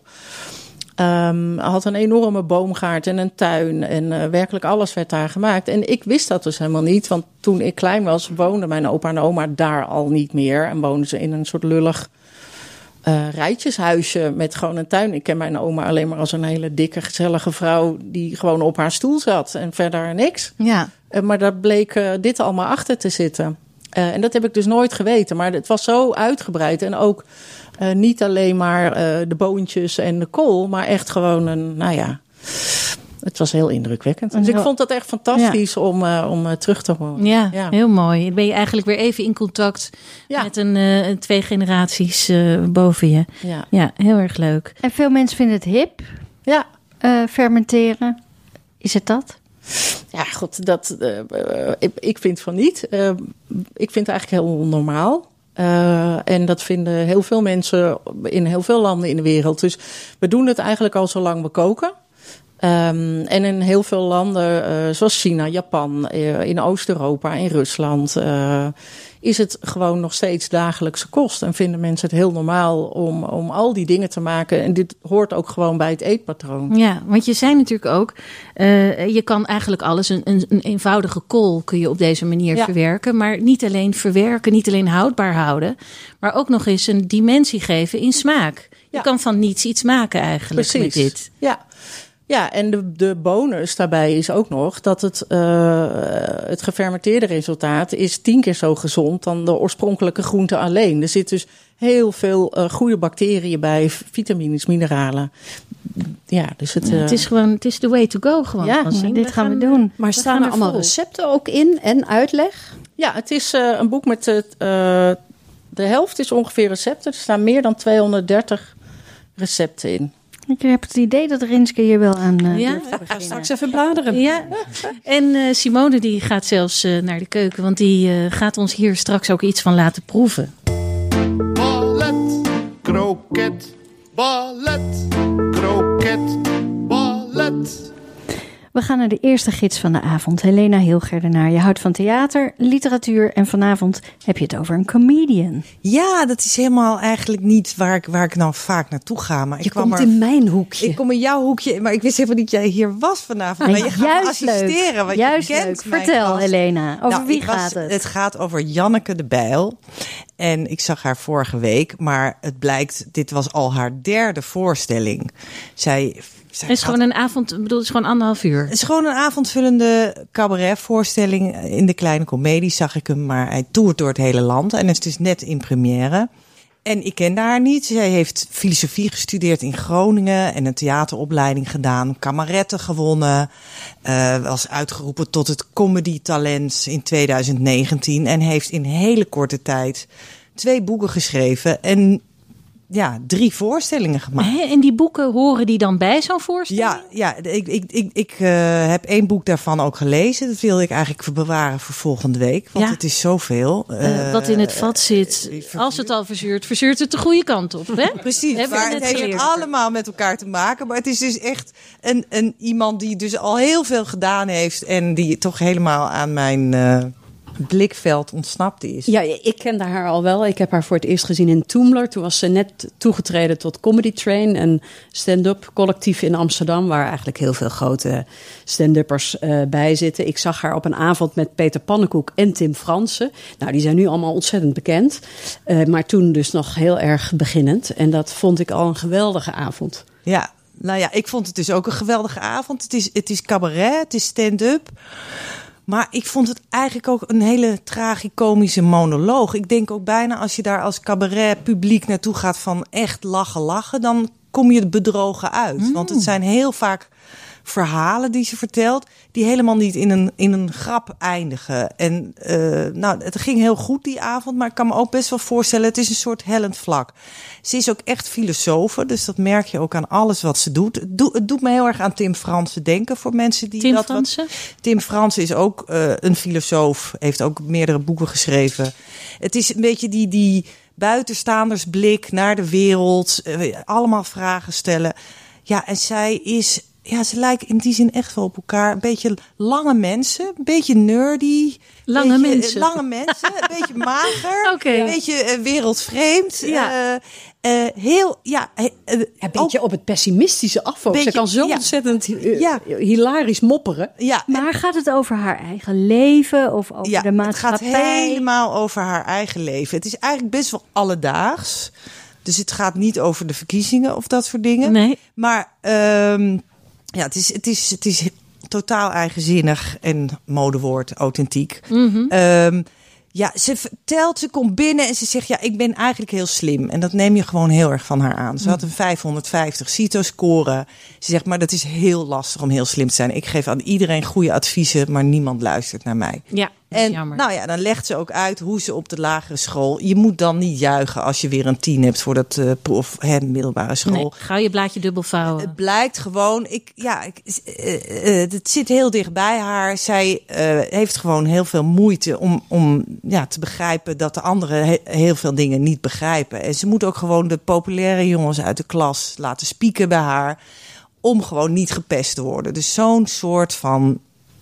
Um, had een enorme boomgaard en een tuin en uh, werkelijk alles werd daar gemaakt. En ik wist dat dus helemaal niet, want toen ik klein was woonden mijn opa en oma daar al niet meer. En woonden ze in een soort lullig uh, rijtjeshuisje met gewoon een tuin. Ik ken mijn oma alleen maar als een hele dikke, gezellige vrouw die gewoon op haar stoel zat en verder niks. Ja. Uh, maar daar bleek uh, dit allemaal achter te zitten. Uh, en dat heb ik dus nooit geweten, maar het was zo uitgebreid en ook Uh, niet alleen maar uh, de boontjes en de kool, maar echt gewoon een, nou ja, het was heel indrukwekkend. Dus ik vond dat echt fantastisch ja. om, uh, om uh, terug te horen. Ja, ja, heel mooi. Dan ben je eigenlijk weer even in contact ja. met een, uh, twee generaties uh, boven je. Ja. Ja, heel erg leuk. En veel mensen vinden het hip, ja. uh, fermenteren. Is het dat? Ja, god, dat, uh, uh, ik, ik vind van niet. Uh, ik vind het eigenlijk heel normaal. Uh, en dat vinden heel veel mensen in heel veel landen in de wereld. Dus we doen het eigenlijk al zolang we koken. Um, en in heel veel landen, uh, zoals China, Japan, uh, in Oost-Europa, in Rusland, uh, is het gewoon nog steeds dagelijkse kost. En vinden mensen het heel normaal om, om al die dingen te maken. En dit hoort ook gewoon bij het eetpatroon. Ja, want je zei natuurlijk ook, uh, je kan eigenlijk alles, een, een, een eenvoudige kool kun je op deze manier ja. verwerken. Maar niet alleen verwerken, niet alleen houdbaar houden, maar ook nog eens een dimensie geven in smaak. Je ja. kan van niets iets maken eigenlijk. Precies. Met dit. Ja. Ja, en de, de bonus daarbij is ook nog dat het, uh, het gefermenteerde resultaat is tien keer zo gezond dan de oorspronkelijke groente alleen. Er zit dus heel veel uh, goede bacteriën bij, vitamines, mineralen. Ja, dus het, uh... ja, het is gewoon, het is the way to go gewoon. Ja, ja dit we gaan we doen. Maar we staan er allemaal vol. Recepten ook in en uitleg? Ja, het is uh, een boek met het, uh, de helft is ongeveer recepten. Er staan meer dan tweehonderddertig recepten in. Ik heb het idee dat Rinske hier wel aan uh, ja, durft te ga straks even bladeren. Ja. En uh, Simone die gaat zelfs uh, naar de keuken, want die uh, gaat ons hier straks ook iets van laten proeven. Ballet, kroket, ballet, kroket, ballet. We gaan naar de eerste gids van de avond. Helena Hilgerdenaar. Je houdt van theater, literatuur en vanavond heb je het over een comedian. Ja, dat is helemaal eigenlijk niet waar ik, waar ik nou vaak naartoe ga. Maar je ik kwam komt er, in mijn hoekje. Ik kom in jouw hoekje, maar ik wist helemaal niet dat jij hier was vanavond. Maar je gaat juist me assisteren. Leuk. Want juist je kent leuk. mijn Vertel gast. Helena, over nou, wie was, gaat het? Het gaat over Janneke de Bijl. En ik zag haar vorige week, maar het blijkt, dit was al haar derde voorstelling. Zij Het is gewoon een avond, ik bedoel, het is gewoon anderhalf uur. Het is gewoon een avondvullende cabaretvoorstelling. In de Kleine Comedie zag ik hem, maar hij toert door het hele land. En het is net in première. En ik kende haar niet. Zij heeft filosofie gestudeerd in Groningen en een theateropleiding gedaan. Kameretten gewonnen. Uh, was uitgeroepen tot het comedy-talent in twintig negentien. En heeft in hele korte tijd twee boeken geschreven en ja, drie voorstellingen gemaakt. Hè? En die boeken, horen die dan bij zo'n voorstelling? Ja, ja ik, ik, ik, ik uh, heb één boek daarvan ook gelezen. Dat wilde ik eigenlijk bewaren voor volgende week. Want ja. het is zoveel. Uh, uh, wat in het vat zit, uh, als het al verzuurt, verzuurt het de goede kant op. Hè? Precies, maar het heeft het allemaal met elkaar te maken. Maar het is dus echt een, een iemand die dus al heel veel gedaan heeft. En die toch helemaal aan mijn Uh, blikveld ontsnapt is. Ja, ik kende haar al wel. Ik heb haar voor het eerst gezien in Toomler. Toen was ze net toegetreden tot Comedy Train, een stand-up collectief in Amsterdam, waar eigenlijk heel veel grote stand-uppers uh, bij zitten. Ik zag haar op een avond met Peter Pannenkoek en Tim Fransen. Nou, die zijn nu allemaal ontzettend bekend. Uh, maar toen dus nog heel erg beginnend. En dat vond ik al een geweldige avond. Ja, nou ja, ik vond het dus ook een geweldige avond. Het is, het is cabaret, het is stand-up. Maar ik vond het eigenlijk ook een hele tragicomische monoloog. Ik denk ook bijna als je daar als cabaret publiek naartoe gaat van echt lachen, lachen, dan kom je bedrogen uit. Mm. Want het zijn heel vaak verhalen die ze vertelt, die helemaal niet in een, in een grap eindigen. En uh, nou, het ging heel goed die avond, maar ik kan me ook best wel voorstellen, het is een soort hellend vlak. Ze is ook echt filosofe, dus dat merk je ook aan alles wat ze doet. Het, do, het doet me heel erg aan Tim Fransen denken, voor mensen die Tim dat Fransen? Wat, Tim Fransen is ook uh, een filosoof, heeft ook meerdere boeken geschreven. Het is een beetje die, die buitenstaandersblik naar de wereld, uh, allemaal vragen stellen. Ja, en zij is Ja, ze lijken in die zin echt wel op elkaar. Een beetje lange mensen, een beetje nerdy. Lange beetje, mensen. Lange mensen, een beetje mager. Okay. Een beetje uh, wereldvreemd. Ja. Uh, uh, heel, ja. Uh, een beetje ook, op het pessimistische af ook. Beetje, ze kan zo ja. ontzettend uh, ja. hilarisch mopperen. Ja. Maar gaat het over haar eigen leven of over ja, de maatschappij? Het gaat helemaal over haar eigen leven. Het is eigenlijk best wel alledaags. Dus het gaat niet over de verkiezingen of dat soort dingen. Nee. Maar Um, ja, het is, het is, het is totaal eigenzinnig en modewoord, authentiek. Mm-hmm. Um, ja, ze vertelt, ze komt binnen en ze zegt, ja, ik ben eigenlijk heel slim. En dat neem je gewoon heel erg van haar aan. Ze had een vijfhonderdvijftig CITO-score. Ze zegt, maar dat is heel lastig om heel slim te zijn. Ik geef aan iedereen goede adviezen, maar niemand luistert naar mij. Ja. En jammer. Nou ja, dan legt ze ook uit hoe ze op de lagere school. Je moet dan niet juichen als je weer een tien hebt voor dat uh, proef, hè, middelbare school. Nee, gauw je blaadje dubbel vouwen. Het blijkt gewoon, ik, ja, ik, uh, uh, het zit heel dicht bij haar. Zij uh, heeft gewoon heel veel moeite om, om ja, te begrijpen dat de anderen he, heel veel dingen niet begrijpen. En ze moet ook gewoon de populaire jongens uit de klas laten spieken bij haar, om gewoon niet gepest te worden. Dus zo'n soort van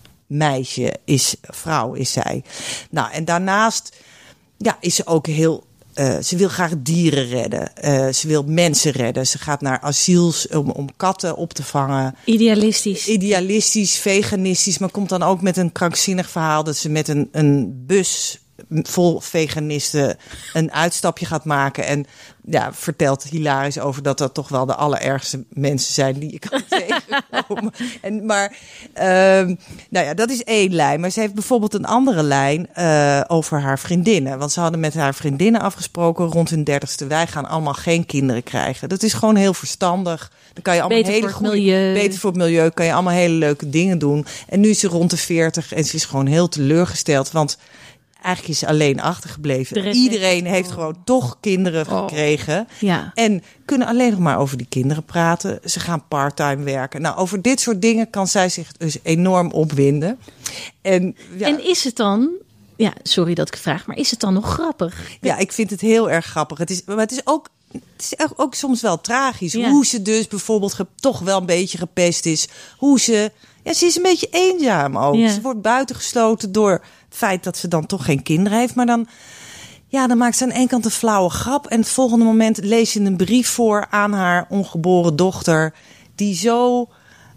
meisje is, vrouw is zij. Nou, en daarnaast ja, is ze ook heel, uh, ze wil graag dieren redden. Uh, ze wil mensen redden. Ze gaat naar asiels om, om katten op te vangen. Idealistisch. Idealistisch, veganistisch, maar komt dan ook met een krankzinnig verhaal dat ze met een, een bus vol veganisten een uitstapje gaat maken en ja, vertelt hilarisch over dat dat toch wel de allerergste mensen zijn die je kan tegenkomen. En, maar, uh, nou ja, dat is één lijn. Maar ze heeft bijvoorbeeld een andere lijn uh, over haar vriendinnen. Want ze hadden met haar vriendinnen afgesproken rond hun dertigste. Wij gaan allemaal geen kinderen krijgen. Dat is gewoon heel verstandig. Dan kan je allemaal beter hele voor het goede, milieu. Beter voor het milieu. Kan je allemaal hele leuke dingen doen. En nu is ze rond de veertig en ze is gewoon heel teleurgesteld. Want eigenlijk is ze alleen achtergebleven. Iedereen heeft, heeft gewoon toch kinderen oh. gekregen. Ja. En kunnen alleen nog maar over die kinderen praten. Ze gaan parttime werken. Nou, over dit soort dingen kan zij zich dus enorm opwinden. En, ja, en is het dan, ja, sorry dat ik vraag, maar is het dan nog grappig? Ja, ik vind het heel erg grappig. Het is, maar het is ook, het is ook, ook soms wel tragisch. Ja. Hoe ze dus bijvoorbeeld ge, toch wel een beetje gepest is. Hoe ze, ja, ze is een beetje eenzaam ook. Ja. Ze wordt buitengesloten door het feit dat ze dan toch geen kinderen heeft. Maar dan, ja, dan maakt ze aan één kant een flauwe grap. En het volgende moment leest ze een brief voor aan haar ongeboren dochter. Die zo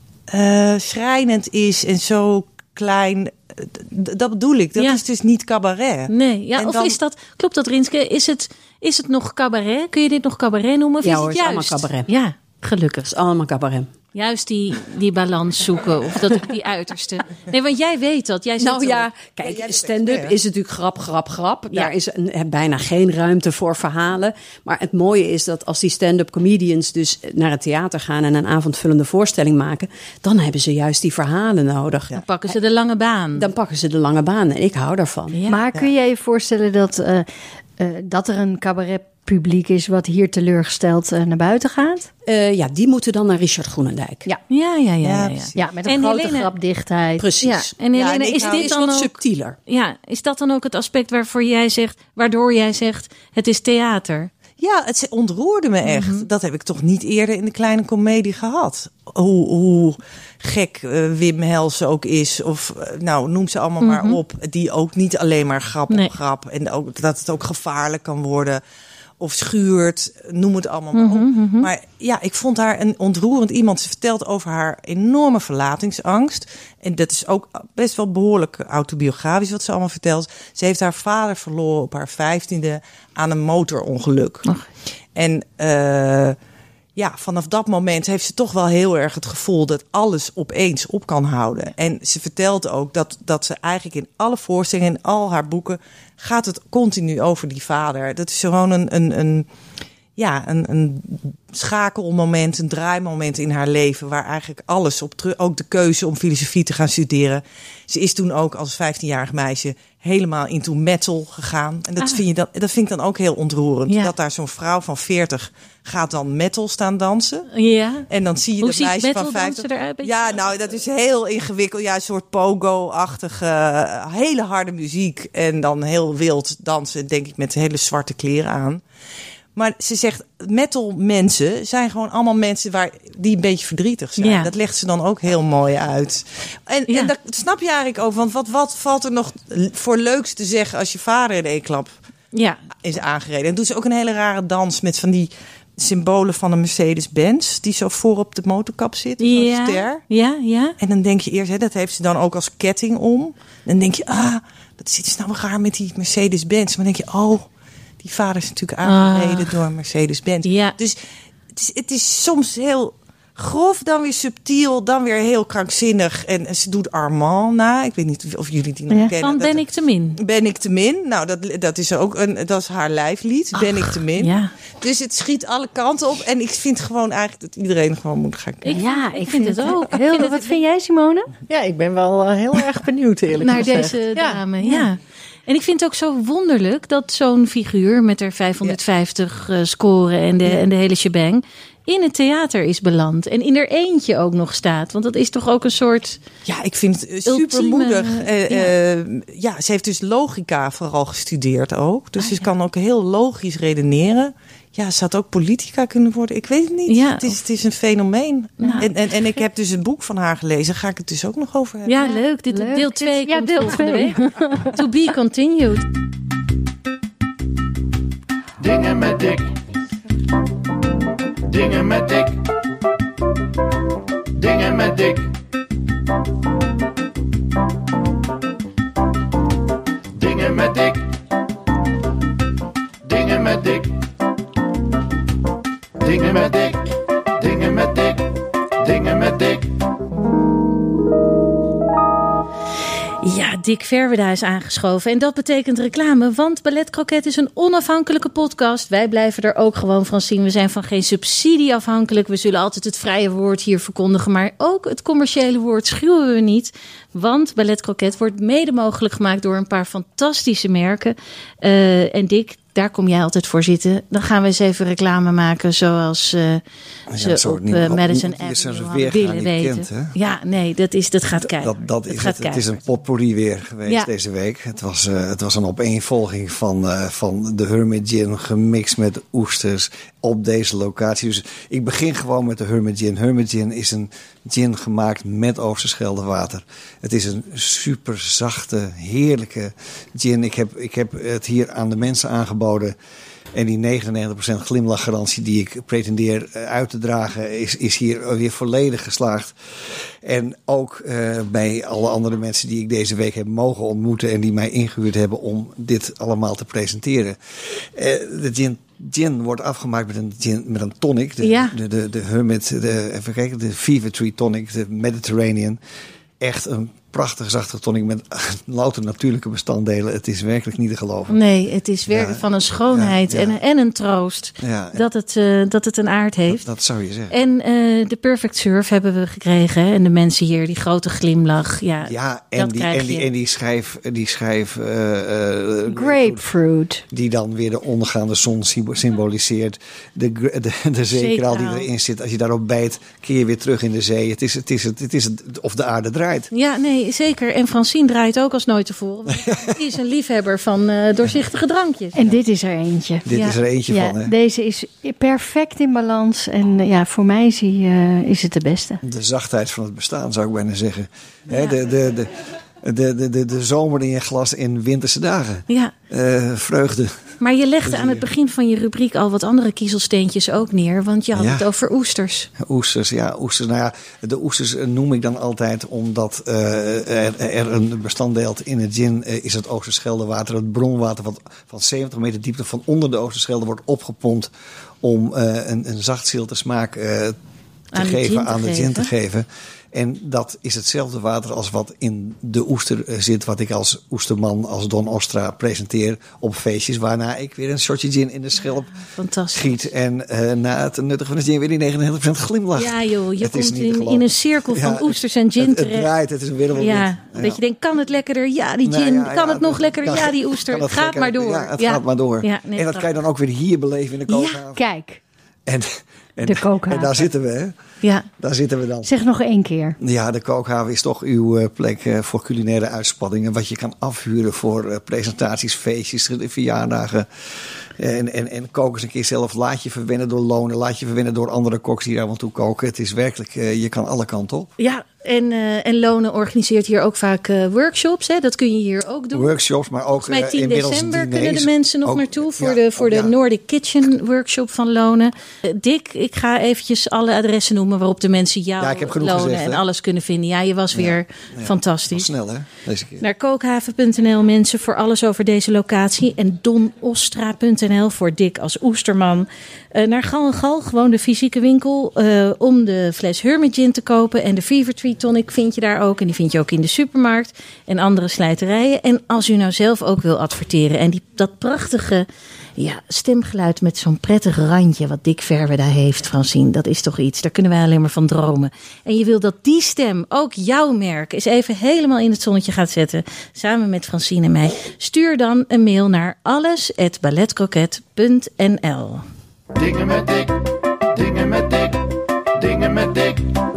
uh, schrijnend is en zo klein. Dat bedoel ik. Dat ja. is dus niet cabaret. Nee, ja, en of dan, is dat, klopt dat, Rinske? Is het, is het nog cabaret? Kun je dit nog cabaret noemen? Of ja is hoor, het het is juist? allemaal cabaret. Ja, gelukkig. Het is allemaal cabaret. Juist die, die balans zoeken, of dat die uiterste. Nee, want jij weet dat. Jij zit Nou ja, erop. kijk, stand-up is natuurlijk grap, grap, grap. Ja. Daar is een, bijna geen ruimte voor verhalen. Maar het mooie is dat als die stand-up comedians dus naar het theater gaan en een avondvullende voorstelling maken, dan hebben ze juist die verhalen nodig. Dan pakken ze de lange baan. Dan pakken ze de lange baan en ik hou daarvan. Ja. Maar kun je je voorstellen dat, uh, uh, dat er een cabaretpubliek is wat hier teleurgesteld uh, naar buiten gaat? Uh, ja, die moeten dan naar Richard Groenendijk. Ja, Ja, ja, ja. ja, ja. ja met een En grote Helene- grapdichtheid. Precies. Ja, en Helene, en ik is hou- dit is dan wat ook... subtieler. Ja, is dat dan ook het aspect waarvoor jij zegt, waardoor jij zegt, het is theater? Ja, het ontroerde me echt. Mhm. Dat heb ik toch niet eerder in de kleine komedie gehad. Hoe, hoe gek uh, Wim Hels ook is. Of uh, nou, noem ze allemaal Mhm. maar op. Die ook niet alleen maar grap Nee. op grap. En ook, dat het ook gevaarlijk kan worden. Of schuurt. Noem het allemaal maar op. Mhm, mhm. Maar ja, ik vond haar een ontroerend iemand. Ze vertelt over haar enorme verlatingsangst. En dat is ook best wel behoorlijk autobiografisch wat ze allemaal vertelt. Ze heeft haar vader verloren op haar vijftiende aan een motorongeluk. Ach. En uh, ja, vanaf dat moment heeft ze toch wel heel erg het gevoel dat alles opeens op kan houden. En ze vertelt ook dat, dat ze eigenlijk in alle voorstellingen, in al haar boeken, gaat het continu over die vader. Dat is gewoon een, een, een, ja, een, een schakelmoment, een draaimoment in haar leven, waar eigenlijk alles op terug, ook de keuze om filosofie te gaan studeren. Ze is toen ook als vijftienjarig meisje helemaal into metal gegaan. En dat, Ah. vind, je dan, dat vind ik dan ook heel ontroerend. Ja. Dat daar zo'n vrouw van veertig gaat dan metal staan dansen. Ja. En dan zie je Hoe dat ziet meisje metal van dansen vijftig. eruit? Ja, nou, dat is heel ingewikkeld. Ja, een soort pogo-achtige, uh, hele harde muziek. En dan heel wild dansen, denk ik, met hele zwarte kleren aan. Maar ze zegt, metal mensen zijn gewoon allemaal mensen waar, die een beetje verdrietig zijn. Ja. Dat legt ze dan ook heel mooi uit. En, Ja. en dat snap je eigenlijk ook. Want wat, wat valt er nog voor leuks te zeggen als je vader in één klap Ja. is aangereden? En doet ze ook een hele rare dans met van die symbolen van een Mercedes-Benz, die zo voor op de motorkap zit, zo'n Ja. ster. Ja, ja. En dan denk je eerst, hè, dat heeft ze dan ook als ketting om. Dan denk je, ah, dat zit dus nou wel raar met die Mercedes-Benz. Maar dan denk je, oh, die vader is natuurlijk aangereden Ah. door een Mercedes-Benz. Ja. Dus het is, het is soms heel grof, dan weer subtiel, dan weer heel krankzinnig. En ze doet Armand na. Ik weet niet of jullie die nog Ja. kennen. Dan Dat- ben ik te min. Ben ik te min? Nou, dat, dat is ook een, dat is haar lijflied. Ben ik te min? Ja. Dus het schiet alle kanten op. En ik vind gewoon eigenlijk dat iedereen gewoon moet gaan kijken. Ik, Ja, ik vind het ook. Ik Heel, vind het- wat vind jij, Simone? Ja, ik ben wel uh, heel erg benieuwd eerlijk naar gezegd. deze Ja. dame. Ja. En ik vind het ook zo wonderlijk dat zo'n figuur met haar vijfhonderdvijftig uh, scoren en de, en de hele shebang in het theater is beland. En in er eentje ook nog staat. Want dat is toch ook een soort... Ja, ik vind het Ultieme, super moedig. Uh, ja. uh, ja, ze heeft dus logica vooral gestudeerd ook. Dus ze kan ook heel logisch redeneren. Ja, ze had ook politica kunnen worden. Ik weet het niet. Ja. Het, is, het is een fenomeen. Nou. en, en, en ik heb dus een boek van haar gelezen. Daar ga ik het dus ook nog over hebben. Ja, leuk. Dit, Leuk. Deel twee Ja, komt deel volgende twee. week. To be continued. Dingen met Dick. Dingen met Dick. Dingen met Dick. Dingen met Dick. Dingen met Dick. Dingen met Dick. Dingen met Dick. Dingen met Dick. Ja, Dick Verweda is aangeschoven. En dat betekent reclame, want Ballet Croquet is een onafhankelijke podcast. Wij blijven er ook gewoon van zien. We zijn van geen subsidie afhankelijk. We zullen altijd het vrije woord hier verkondigen. Maar ook het commerciële woord schuwen we niet. Want Ballet Croquet wordt mede mogelijk gemaakt door een paar fantastische merken. Uh, en Dick, daar kom jij altijd voor zitten. Dan gaan we eens even reclame maken zoals uh, ze zo op niet- uh, op- Madison op- hier zijn ze Avenue weer willen gaan, weten. niet kent, hè? Ja, nee, dat, is, dat gaat kijken. Dat, dat is gaat het. Het is een keihard. potpourri weer geweest Ja. deze week. Het was, uh, het was een opeenvolging van, uh, van de Hermit Gin gemixt met oesters op deze locatie. Dus ik begin gewoon met de Hermit Gin. Hermit Gin is een gin gemaakt met Oosterschelde water. Het is een super zachte, heerlijke gin. Ik heb, ik heb het hier aan de mensen aangeboden. En die negenennegentig procent glimlachgarantie die ik pretendeer uit te dragen is, is hier weer volledig geslaagd. En ook uh, bij alle andere mensen die ik deze week heb mogen ontmoeten en die mij ingehuurd hebben om dit allemaal te presenteren. Uh, de gin gin wordt afgemaakt met een, gin, met een tonic. De, Ja. de, de, de Hermit, de, even kijken, de Fever Tree Tonic, de Mediterranean. Echt een prachtig zachte tonic met louter natuurlijke bestanddelen. Het is werkelijk niet te geloven. Nee, het is werkelijk Ja, van een schoonheid ja, ja. En, en een troost Ja, dat het, uh, dat het een aard heeft. dat, dat zou je zeggen. En uh, de Perfect Surf hebben we gekregen. Hè? En de mensen hier, die grote glimlach. Ja, Ja, en dat die, krijg en die, je. en die schijf, die schijf uh, uh, Grapefruit. die dan weer de ondergaande zon symbo- symboliseert. De, gr- de, de zeekraal die Zeekraal. erin zit. Als je daarop bijt, keer je weer terug in de zee. Het is, het is, het, het is het, of de aarde draait. Ja, nee, zeker. En Francine draait ook als nooit tevoren. Want die is een liefhebber van uh, doorzichtige drankjes. En dit is er eentje. Dit Ja. is er eentje Ja, van. Hè? deze is perfect in balans. En uh, ja, voor mij is, hij, uh, is het de beste. De zachtheid van het bestaan, zou ik bijna zeggen. Hè, Ja. de, de, de, de, de, de, de zomer in je glas in winterse dagen. Ja, Uh, vreugde. maar je legde Dus aan het begin van je rubriek al wat andere kiezelsteentjes ook neer. Want je had Ja. het over oesters. Oesters, ja, oesters. Nou ja, de oesters noem ik dan altijd omdat uh, er, er een bestanddeel in het gin uh, is het Oosterscheldewater. Het bronwater wat van zeventig meter diepte van onder de Oosterschelde wordt opgepompt om uh, een, een zachtzilte smaak uh, te Aan de geven, gin te aan de gin te geven. geven. En dat is hetzelfde water als wat in de oester uh, zit, wat ik als oesterman, als Don Ostra presenteer op feestjes, waarna ik weer een shotje gin in de schelp Fantastisch. giet en uh, na het nuttigen van de gin weer die negenennegentig procent glimlach. Ja joh, je Het is komt niet te in, geloven. in een cirkel van Ja, oesters en gin het, het terecht. draait, het is een wereldwijd. Ja, dat je denkt, kan het lekkerder? Ja, die Nou gin. ja, kan ja, het nog kan- lekkerder? kan- Ja, die oester. kan Het het gaat gekker? maar door. Ja, het gaat maar door. Ja, nee, en dat kan je dan ook weer hier beleven in de kookhaven. Kijk, En, en, De kookhaven. en daar zitten we, hè? Ja, Daar zitten we dan. zeg nog één keer. Ja, de kookhaven is toch uw uh, plek uh, voor culinaire uitspanningen. Wat je kan afhuren voor uh, presentaties, feestjes, verjaardagen. En, en, en kook eens een keer zelf. Laat je verwennen door lonen. Laat je verwennen door andere koks die daar aan toe koken. Het is werkelijk, uh, je kan alle kanten op. ja. En, uh, en Lonen organiseert hier ook vaak uh, workshops. Hè? Dat kun je hier ook doen. Workshops, maar ook Volgens mij uh, tien inmiddels december diners. kunnen de mensen nog Ook- naartoe voor ja, de, voor ook, de ja. Nordic Kitchen workshop van Lonen. Uh, Dick, ik ga eventjes alle adressen noemen waarop de mensen jou, Ja, ik heb genoeg Lonen gezegd, en hè? alles kunnen vinden. Ja, je was weer Ja, fantastisch. Snel, hè? Deze keer. Naar kookhaven punt n l mensen voor alles over deze locatie. En donostra punt n l voor Dick als oesterman. Uh, naar Gal en Gal, gewoon de fysieke winkel, uh, om de fles Hermit Gin te kopen. En de Fever Tree Tonic vind je daar ook. En die vind je ook in de supermarkt en andere slijterijen. En als u nou zelf ook wil adverteren en die, dat prachtige ja, stemgeluid met zo'n prettig randje wat Dick Verwe daar heeft, Francine, dat is toch iets, daar kunnen wij alleen maar van dromen. En je wil dat die stem ook jouw merk eens even helemaal in het zonnetje gaat zetten, samen met Francine en mij. Stuur dan een mail naar alles at balletcroquet punt n l. Dingen met Dick, dingen met Dick, dingen met Dick.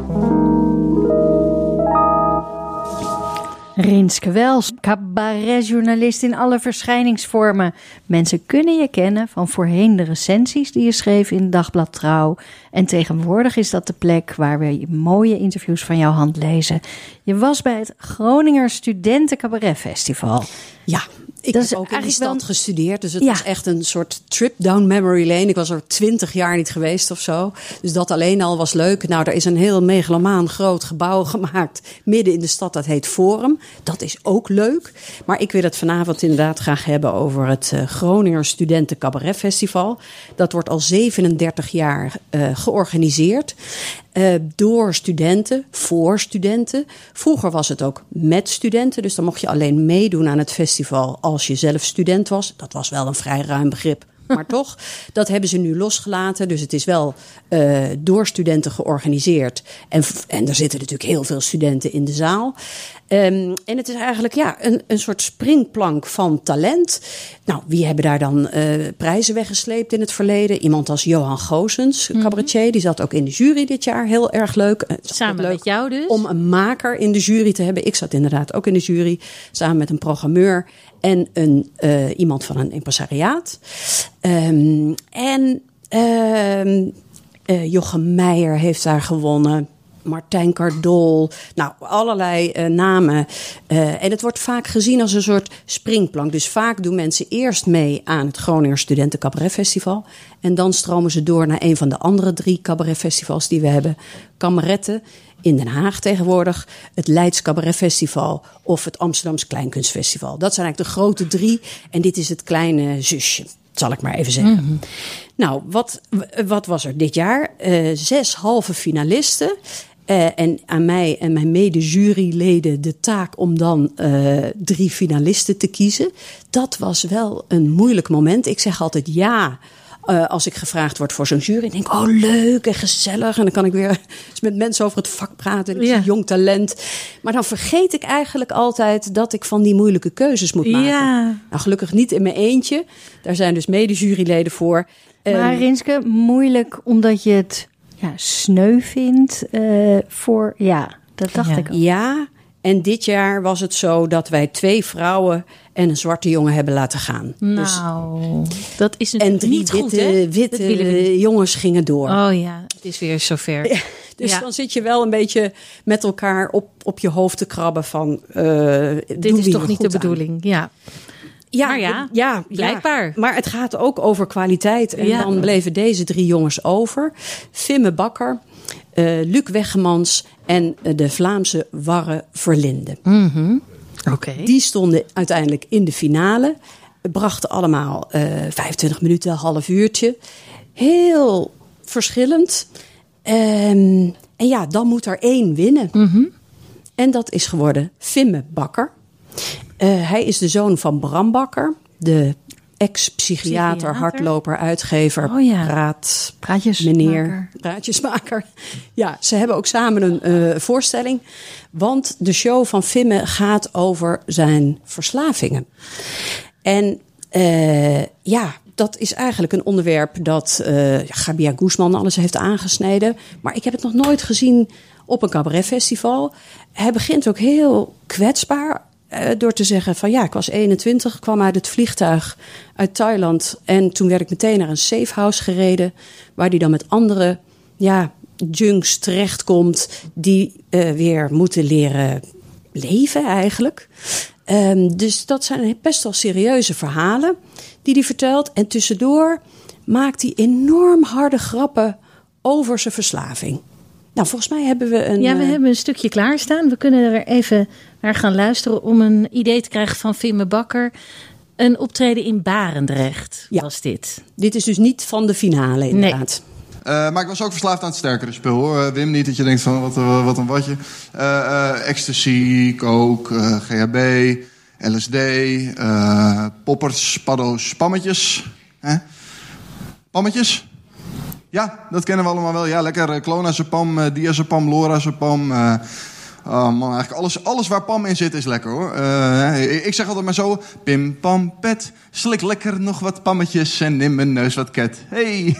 Rinske Wels, cabaretjournalist in alle verschijningsvormen. Mensen kunnen je kennen van voorheen de recensies die je schreef in Dagblad Trouw. En tegenwoordig is dat de plek waar we mooie interviews van jouw hand lezen. Je was bij het Groninger Studenten Cabaret Festival. Ja, ik Dat is heb ook in die eigenlijk stad wel een- gestudeerd. Dus het Ja. was echt een soort trip down memory lane. Ik was er twintig jaar niet geweest of zo. Dus dat alleen al was leuk. Nou, er is een heel megalomaan groot gebouw gemaakt midden in de stad. Dat heet Forum. Dat is ook leuk. Maar ik wil het vanavond inderdaad graag hebben over het uh, Groninger Studenten Cabaret Festival. Dat wordt al zevenendertig jaar uh, georganiseerd. Uh, door studenten, voor studenten. Vroeger was het ook met studenten. Dus dan mocht je alleen meedoen aan het festival als je zelf student was. Dat was wel een vrij ruim begrip. Maar toch, dat hebben ze nu losgelaten. Dus het is wel uh, door studenten georganiseerd. En, en er zitten natuurlijk heel veel studenten in de zaal. Um, en het is eigenlijk ja, een, een soort springplank van talent. Nou, wie hebben daar dan uh, prijzen weggesleept in het verleden? Iemand als Johan Goossens, cabaretier. Die zat ook in de jury dit jaar. Heel erg leuk. Het is Samen leuk met jou dus? om een maker in de jury te hebben. Ik zat inderdaad ook in de jury. Samen met een programmeur en een, uh, iemand van een impresariaat. Um, en um, uh, Jochem Meijer heeft daar gewonnen. Martijn Cardol. Nou, allerlei uh, namen. Uh, en het wordt vaak gezien als een soort springplank. Dus vaak doen mensen eerst mee aan het Groninger Studenten Cabaret Festival. En dan stromen ze door naar een van de andere drie cabaretfestivals die we hebben. Kameretten in Den Haag tegenwoordig, het Leids Cabaret Festival of het Amsterdams Kleinkunstfestival. Dat zijn eigenlijk de grote drie en dit is het kleine zusje. zal ik maar even zeggen. Mm-hmm. Nou, wat, wat was er dit jaar? Uh, zes halve finalisten. Uh, en aan mij en mijn mede-juryleden de taak om dan uh, drie finalisten te kiezen. Dat was wel een moeilijk moment. Ik zeg altijd ja uh, als ik gevraagd word voor zo'n jury. Ik denk, oh leuk en gezellig. En dan kan ik weer eens met mensen over het vak praten. En ik Ja. zie jong talent. Maar dan vergeet ik eigenlijk altijd dat ik van die moeilijke keuzes moet maken. Ja. Nou, gelukkig niet in mijn eentje. Daar zijn dus mede-juryleden voor. Maar Um, Rinske, moeilijk omdat je het ja, sneu vindt uh, voor... Ja, dat dacht Ja. ik ook. Ja, en dit jaar was het zo dat wij twee vrouwen en een zwarte jongen hebben laten gaan. Dus, Nou, dat is en natuurlijk drie niet goed, witte, hè? witte Dat willen we niet. jongens gingen door. Oh ja, het is weer zover. Ja, dus Ja. dan zit je wel een beetje met elkaar op, op je hoofd te krabben van... Uh, Dit is toch niet de bedoeling, ja. Ja, Maar ja, ja, blijkbaar. Ja. Maar het gaat ook over kwaliteit. En Ja. dan bleven deze drie jongens over. Fimme Bakker, uh, Luc Weggemans en uh, de Vlaamse Warre Verlinde. Mm-hmm. Oké. Die stonden uiteindelijk in de finale. Brachten allemaal uh, vijfentwintig minuten, een half uurtje. Heel verschillend. Um, en ja, dan moet er één winnen. Mm-hmm. En dat is geworden Fimme Bakker. Uh, hij is de zoon van Bram Bakker. De ex-psychiater, Psychiater. hardloper, uitgever, Oh ja. praat... Praatjesmaker. Meneer, praatjesmaker. Ja, ze hebben ook samen een uh, voorstelling. Want de show van Fimme gaat over zijn verslavingen. En uh, ja, dat is eigenlijk een onderwerp dat uh, Gabia Guzman alles heeft aangesneden. Maar ik heb het nog nooit gezien op een cabaretfestival. Hij begint ook heel kwetsbaar uh, door te zeggen van ja, ik was eenentwintig, kwam uit het vliegtuig uit Thailand. En toen werd ik meteen naar een safehouse gereden, waar hij dan met andere ja, junks terechtkomt die uh, weer moeten leren leven eigenlijk. Um, dus dat zijn best wel serieuze verhalen die hij vertelt. En tussendoor maakt hij enorm harde grappen over zijn verslaving. Nou, volgens mij hebben we een... Ja, we uh, hebben een stukje klaarstaan. We kunnen er even naar gaan luisteren om een idee te krijgen van Fimme Bakker. Een optreden in Barendrecht Ja. was dit. Dit is dus niet van de finale inderdaad. Uh, maar ik was ook verslaafd aan het sterkere spul, hoor. Uh, Wim, niet dat je denkt van wat, uh, wat een watje. Uh, uh, ecstasy, coke, uh, G H B, L S D, uh, poppers, paddo's, pammetjes. Hè? Pammetjes? Ja, dat kennen we allemaal wel. Ja, lekker uh, clonazepam, uh, diazepam, lorazepam. Uh, oh man, eigenlijk alles, alles waar pam in zit is lekker, hoor. Uh, ik zeg altijd maar zo, pim, pam, pet. Slik lekker nog wat pammetjes en in mijn neus wat ket. Hey!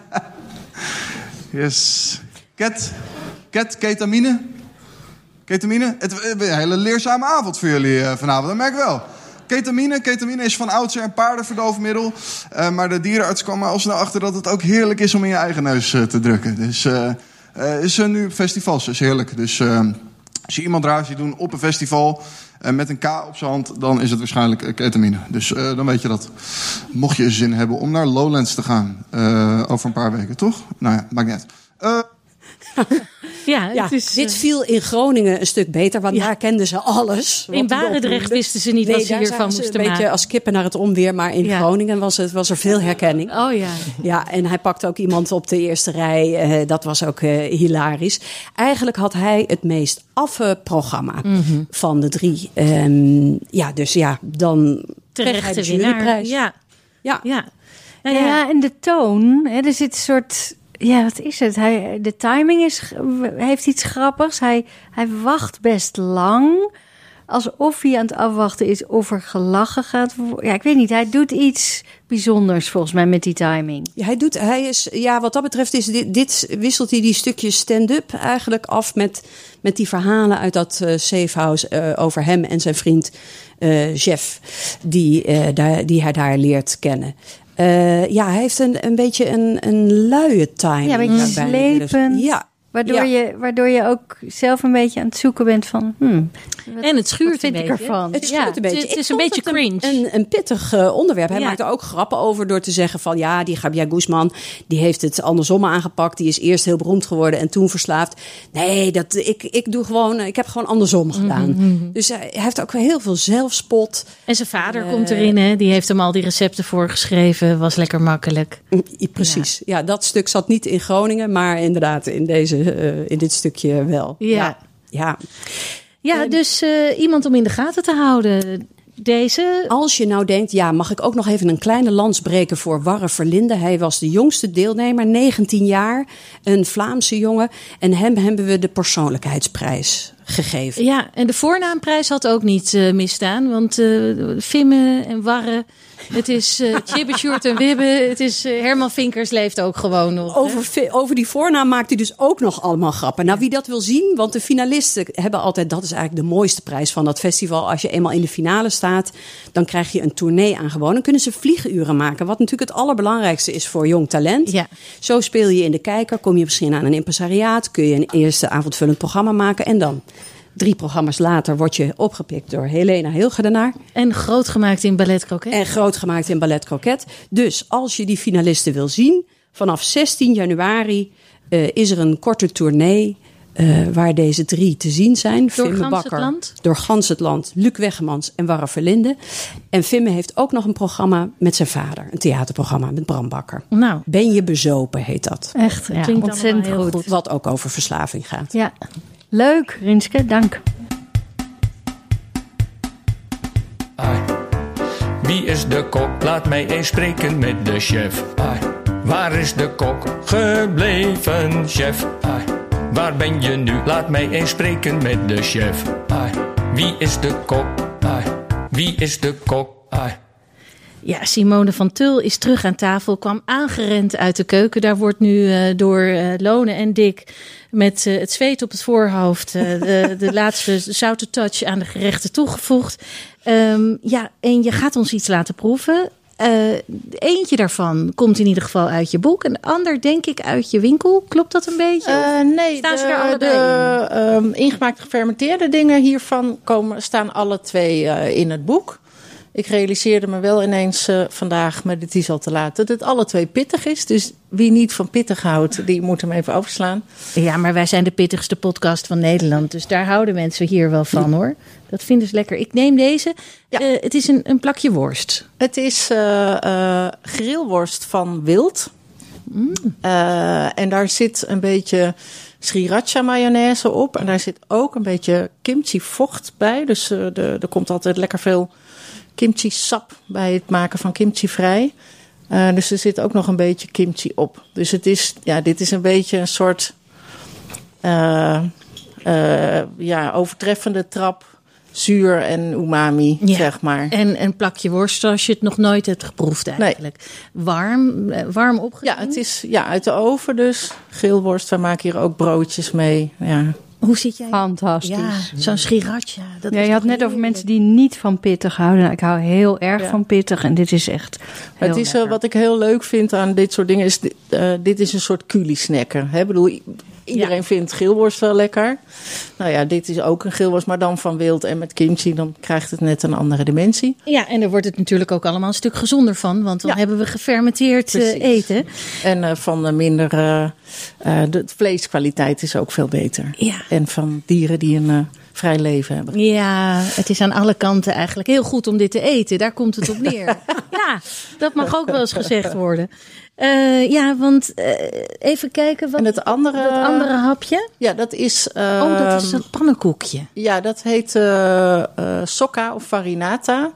Yes. Ket, ket, ketamine. Ketamine. Het is een hele leerzame avond voor jullie uh, vanavond, dat merk ik wel. Ketamine. Ketamine is van oudsher een paardenverdoofmiddel. Uh, maar de dierenarts kwam er al snel achter dat het ook heerlijk is om in je eigen neus uh, te drukken. Dus uh, uh, is uh, nu op festivals, is heerlijk. Dus uh, als je iemand raar ziet doen op een festival uh, met een K op zijn hand, dan is het waarschijnlijk uh, ketamine. Dus uh, dan weet je dat. Mocht je zin hebben om naar Lowlands te gaan uh, over een paar weken, toch? Nou ja, maakt niet uit. Uh, Ja, Ja, het is, dit uh, viel in Groningen een stuk beter, want Ja. daar kenden ze alles. wat in hij Barendrecht opnoemde. wisten ze niet Nee, wat ze daar hiervan zagen ze moesten een beetje maken. als kippen naar het onweer, maar in Ja. Groningen was, het, was er veel herkenning. Oh ja. Ja, en hij pakte ook iemand op de eerste rij. Uh, dat was ook uh, hilarisch. Eigenlijk had hij het meest affe programma Mhm. van de drie. Um, ja, dus ja, dan kreeg hij de Terechte winnaar. juryprijs. Ja, Ja. ja. Nou Ja, ja. en de toon. Hè, er zit een soort... Ja, wat is het? Hij, de timing is, hij heeft iets grappigs. Hij, hij wacht best lang. Alsof hij aan het afwachten is of er gelachen gaat worden. Ja, ik weet niet. Hij doet iets bijzonders volgens mij met die timing. Ja, hij doet, hij is, ja, wat dat betreft is dit, dit wisselt hij die stukjes stand-up eigenlijk af met, met die verhalen uit dat uh, safehouse uh, over hem en zijn vriend uh, Jeff, die, uh, daar, die hij daar leert kennen. Uh, ja, hij heeft een, een beetje een, een luie timing. Ja, een beetje daarbij. slepend. Ja, Waardoor, Ja. je, waardoor je ook zelf een beetje aan het zoeken bent van... Hmm, wat, En het schuurt wat vind een ik beetje. ervan? Het schuurt Ja, een beetje. het is- het is Ik een vond beetje cringe. Een, een, een pittig uh, onderwerp. Hij Ja. maakt er ook grappen over door te zeggen van... ja, die Gabriel Guzman, die heeft het andersom aangepakt. Die is eerst heel beroemd geworden en toen verslaafd. Nee, dat, ik, ik doe gewoon... Ik heb gewoon andersom gedaan. Mm-hmm. Dus hij, hij heeft ook weer heel veel zelfspot. En zijn vader Eh, komt erin, hè? Die heeft hem al die recepten voorgeschreven. Was lekker makkelijk. Mm, Precies. Ja. dat stuk zat niet in Groningen... maar inderdaad in, deze, uh, in dit stukje wel. Ja. Ja. ja. Ja, dus uh, iemand om in de gaten te houden. Deze... Als je nou denkt, ja, mag ik ook nog even een kleine lans breken voor Warre Verlinde. Hij was de jongste deelnemer, negentien jaar, een Vlaamse jongen. En hem hebben we de persoonlijkheidsprijs gegeven. Ja, en de voornaamprijs had ook niet uh, misstaan. Want uh, Vimme en Warre, het is uh, Tjibbe, Sjoerd en Wibbe. Het is uh, Herman Vinkers leeft ook gewoon nog. Over, over die voornaam maakt hij dus ook nog allemaal grappen. Nou, wie dat wil zien, want de finalisten hebben altijd... dat is eigenlijk de mooiste prijs van dat festival. Als je eenmaal in de finale staat, dan krijg je een tournee aangeboden. Dan kunnen ze vlieguren maken, wat natuurlijk het allerbelangrijkste is voor jong talent. Ja. Zo speel je in de kijker, kom je misschien aan een impresariaat... kun je een eerste avondvullend programma maken en dan... Drie programma's later word je opgepikt door Helena Hilgerdenaar. En groot gemaakt in Ballet Croquet. En groot gemaakt in Ballet Croquet. Dus als je die finalisten wil zien, vanaf zestien januari uh, is er een korte tournee uh, waar deze drie te zien zijn. Door Vimme gans Bakker, het land? Door gans het land. Luc Wegemans en Warre Verlinde. En Vimme heeft ook nog een programma met zijn vader. Een theaterprogramma met Bram Bakker. Nou, Ben je bezopen heet dat. Echt, Ja, klinkt ontzettend ontzettend goed. goed. Wat ook over verslaving gaat. Ja, leuk Rinske, dank. Ai. Wie is de kok? Laat mij eens spreken met de chef. Ai. Waar is de kok gebleven, chef? Ai. Waar ben je nu? Laat mij eens spreken met de chef. Ai. Wie is de kok? Ai. Wie is de kok? Ai. ja, Simone van Tul is terug aan tafel, kwam aangerend uit de keuken. Daar wordt nu uh, door uh, Lone en Dick met uh, het zweet op het voorhoofd uh, de, de laatste zoute touch aan de gerechten toegevoegd. Um, ja, en je gaat ons iets laten proeven. Uh, eentje daarvan komt in ieder geval uit je boek. En de ander denk ik uit je winkel. Klopt dat een beetje? Uh, nee, Staan ze de, er allebei de um, ingemaakte gefermenteerde dingen hiervan komen, staan alle twee uh, in het boek. Ik realiseerde me wel ineens uh, vandaag, maar dit is al te laat, dat het alle twee pittig is. Dus wie niet van pittig houdt, die moet hem even overslaan. Ja, maar wij zijn de pittigste podcast van Nederland. Dus daar houden mensen hier wel van, hoor. Dat vinden ze lekker. Ik neem deze. Ja. Uh, het is een, een plakje worst. Het is uh, uh, grillworst van Wild. Mm. Uh, en daar zit een beetje sriracha mayonaise op. En daar zit ook een beetje kimchi vocht bij. Dus uh, de, er komt altijd lekker veel kimchi sap bij het maken van kimchi vrij. Uh, dus er zit ook nog een beetje kimchi op. Dus het is, ja, dit is een beetje een soort uh, uh, ja, overtreffende trap. Zuur en umami, Ja. zeg maar. En een plakje worst zoals je het nog nooit hebt geproefd eigenlijk. Nee. Warm, warm opgediend. Ja, het is ja, uit de oven dus. Grillworst, we maken hier ook broodjes mee. Ja. Hoe zit jij? Fantastisch. Ja, zo'n sriracha. Dat Ja, is je had toch net over heerlijk. mensen die niet van pittig houden. Nou, ik hou heel erg Ja. van pittig en dit is echt heel Het is uh, lekker. wat ik heel leuk vind aan dit soort dingen. Is uh, dit is een soort culie-snacker. Hè? Bedoel, i- iedereen Ja. vindt grillworst wel lekker. Nou ja, dit is ook een grillworst, maar dan van wild en met kimchi. Dan krijgt het net een andere dimensie. Ja, en daar wordt het natuurlijk ook allemaal een stuk gezonder van. Want dan Ja. hebben we gefermenteerd uh, Precies. eten. En uh, van de minder... Uh, uh, de vleeskwaliteit is ook veel beter. Ja. En van dieren die een uh, vrij leven hebben. Ja, het is aan alle kanten eigenlijk heel goed om dit te eten. Daar komt het op neer. Ja, dat mag ook wel eens gezegd worden. Uh, ja, want uh, even kijken. Wat, En het andere... dat andere hapje? Ja, dat is... Uh, Oh, dat is dat pannenkoekje. Ja, dat heet uh, uh, socca of farinata.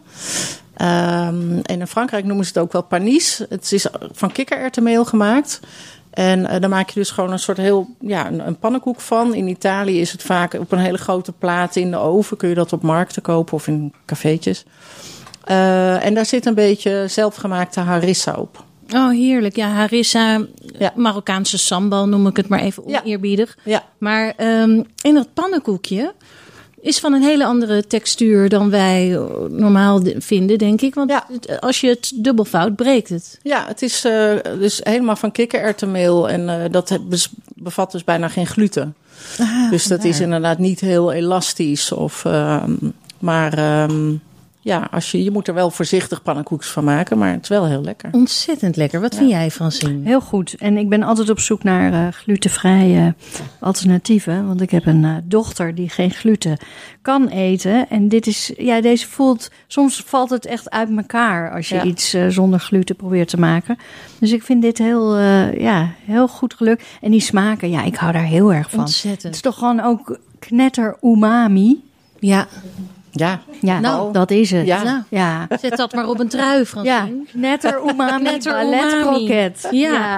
Um, en in Frankrijk noemen ze het ook wel panis. Het is van kikkererwtenmeel gemaakt. En uh, daar maak je dus gewoon een soort heel, ja, een, een pannenkoek van. In Italië is het vaak op een hele grote plaat in de oven. Kun je dat op markten kopen of in cafeetjes. Uh, en daar zit een beetje zelfgemaakte harissa op. Oh, heerlijk. Ja, harissa, Ja. Marokkaanse sambal noem ik het maar even Ja. oneerbiedig. Ja. Maar um, in dat pannenkoekje is van een hele andere textuur dan wij normaal de- vinden, denk ik. Want Ja. het- als je het dubbelvouwt, breekt het. Ja, het is uh, dus helemaal van kikkererwtenmeel. En uh, dat he- bes- bevat dus bijna geen gluten. Ah, dus dat is inderdaad niet heel elastisch. Of, uh, maar um, ja, als je, je moet er wel voorzichtig pannenkoekjes van maken. Maar het is wel heel lekker. Ontzettend lekker. Wat vind jij, Francine? Heel goed. En ik ben altijd op zoek naar uh, glutenvrije alternatieven. Want ik heb een uh, dochter die geen gluten kan eten. En dit is, ja, deze voelt, soms valt het echt uit elkaar als je Ja. iets uh, zonder gluten probeert te maken. Dus ik vind dit heel, uh, ja, heel goed gelukt. En die smaken, ja, ik hou daar heel erg van. Het Ontzettend. is toch gewoon ook knetter umami. Ja, Ja, Ja, Nou, dat is het. ja. Nou, ja. zet dat maar op een trui, Francine. Ja, knetter umami, Knetter ballet umami. kroket. Ja.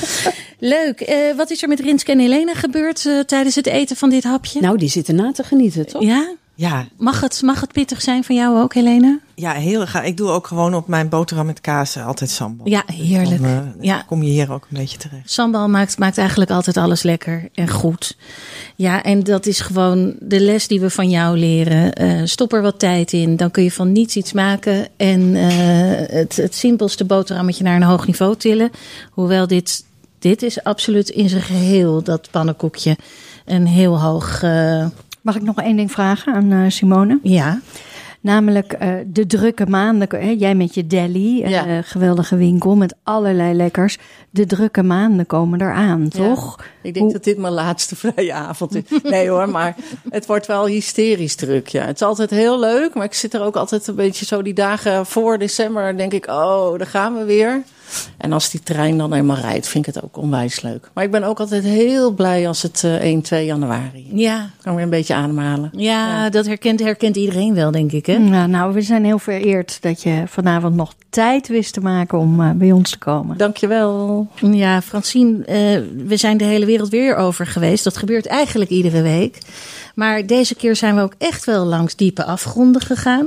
Leuk. Eh, wat is er met Rinske en Helena gebeurd uh, tijdens het eten van dit hapje? Nou, die zitten na te genieten, toch? Ja? Ja, Mag het, mag het pittig zijn van jou ook, Helena? ja, heel graag. Ik doe ook gewoon op mijn boterham met kaas uh, altijd sambal. Ja, heerlijk. Dan uh, Ja. kom je hier ook een beetje terecht. Sambal maakt, maakt eigenlijk altijd alles lekker en goed. Ja, en dat is gewoon de les die we van jou leren. Uh, stop er wat tijd in, dan kun je van niets iets maken. En uh, het, het simpelste boterhammetje naar een hoog niveau tillen. Hoewel dit, dit is absoluut in zijn geheel, dat pannenkoekje, een heel hoog... Uh, Mag ik nog één ding vragen aan uh, Simone? ja. Namelijk uh, de drukke maanden. Hè, jij met je deli, Ja. uh, geweldige winkel met allerlei lekkers. De drukke maanden komen eraan, toch? Ik denk Hoe- dat dit mijn laatste vrije avond is. Nee hoor, maar het wordt wel hysterisch druk. Ja. Het is altijd heel leuk, maar ik zit er ook altijd een beetje zo die dagen voor december. Denk ik, oh, daar gaan we weer. En als die trein dan eenmaal rijdt, vind ik het ook onwijs leuk. Maar ik ben ook altijd heel blij als het uh, één, twee januari. Ja, Kan weer een beetje ademhalen. ja, dat herkent, herkent iedereen wel, denk ik. Hè? Ja, nou, we zijn heel vereerd dat je vanavond nog tijd wist te maken om uh, bij ons te komen. Dankjewel. Ja, Francine, uh, we zijn de hele wereld weer over geweest. Dat gebeurt eigenlijk iedere week. Maar deze keer zijn we ook echt wel langs diepe afgronden gegaan.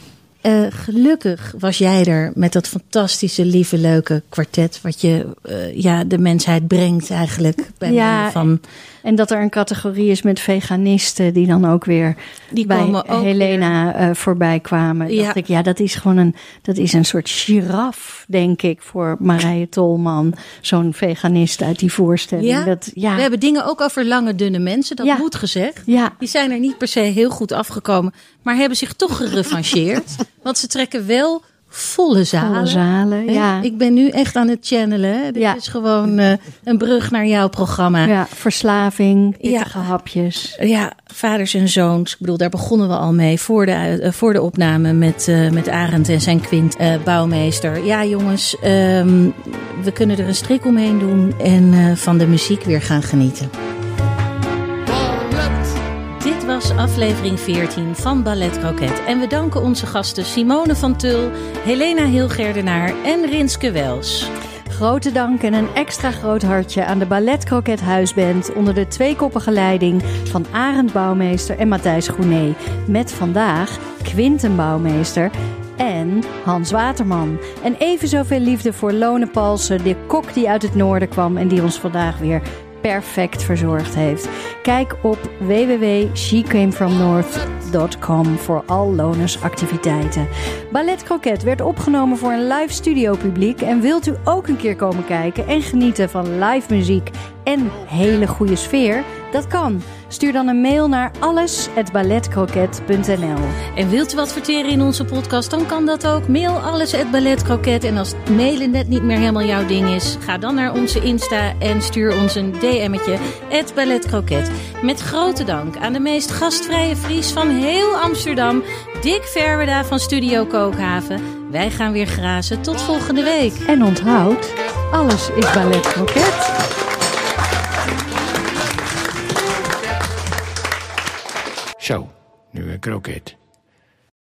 Uh, gelukkig was jij er met dat fantastische, lieve, leuke kwartet. Wat je uh, ja, de mensheid brengt eigenlijk. Bij Ja, manier van, En dat er een categorie is met veganisten die dan ook weer die bij komen ook Helena uh, voorbij kwamen. Ja. Dacht ik, ja, dat is gewoon een, dat is een soort giraf, denk ik, voor Marije Tolman. Zo'n veganist uit die voorstelling. Ja? Dat, ja. We hebben dingen ook over lange, dunne mensen. Dat Ja. moet gezegd. Ja. Die zijn er niet per se heel goed afgekomen. Maar hebben zich toch gerevancheerd. Want ze trekken wel volle zalen. Volle zalen, Hè? ja. Ik ben nu echt aan het channelen. Hè? Dit Ja. is gewoon uh, een brug naar jouw programma. Ja. Ja, verslaving, Ja. pittige hapjes. Vaders en zoons. Ik bedoel, daar begonnen we al mee voor de, uh, voor de opname met, uh, met Arend en zijn kwint uh, bouwmeester. Ja, jongens, um, we kunnen er een strik omheen doen en uh, van de muziek weer gaan genieten. Dit was aflevering veertien van Ballet Croquet. En we danken onze gasten Simone van Tul, Helena Hilgerdenaar en Rinske Wels. Grote dank en een extra groot hartje aan de Ballet Croquet Huisband onder de tweekoppige leiding van Arend Bouwmeester en Matthijs Groenee. Met vandaag Quinten Bouwmeester en Hans Waterman. En even zoveel liefde voor Lone Palsen, de kok die uit het noorden kwam en die ons vandaag weer perfect verzorgd heeft. Kijk op w w w punt she came from north dot com voor al Lones activiteiten. Ballet Croquet werd opgenomen voor een live studio publiek. En wilt u ook een keer komen kijken en genieten van live muziek en hele goede sfeer? Dat kan. Stuur dan een mail naar alles at ballet croquet punt n l. En wilt u adverteren in onze podcast, dan kan dat ook. Mail alles at Ballet Croquet. En als mailen net niet meer helemaal jouw ding is, ga dan naar onze Insta en stuur ons een D M'tje at Ballet Croquet. Met grote dank aan de meest gastvrije Fries van heel Amsterdam, Dick Verweda van Studio Kookhaven. Wij gaan weer grazen. Tot volgende week. En onthoud, alles is Ballet Croquet. Zo, nu een kroket.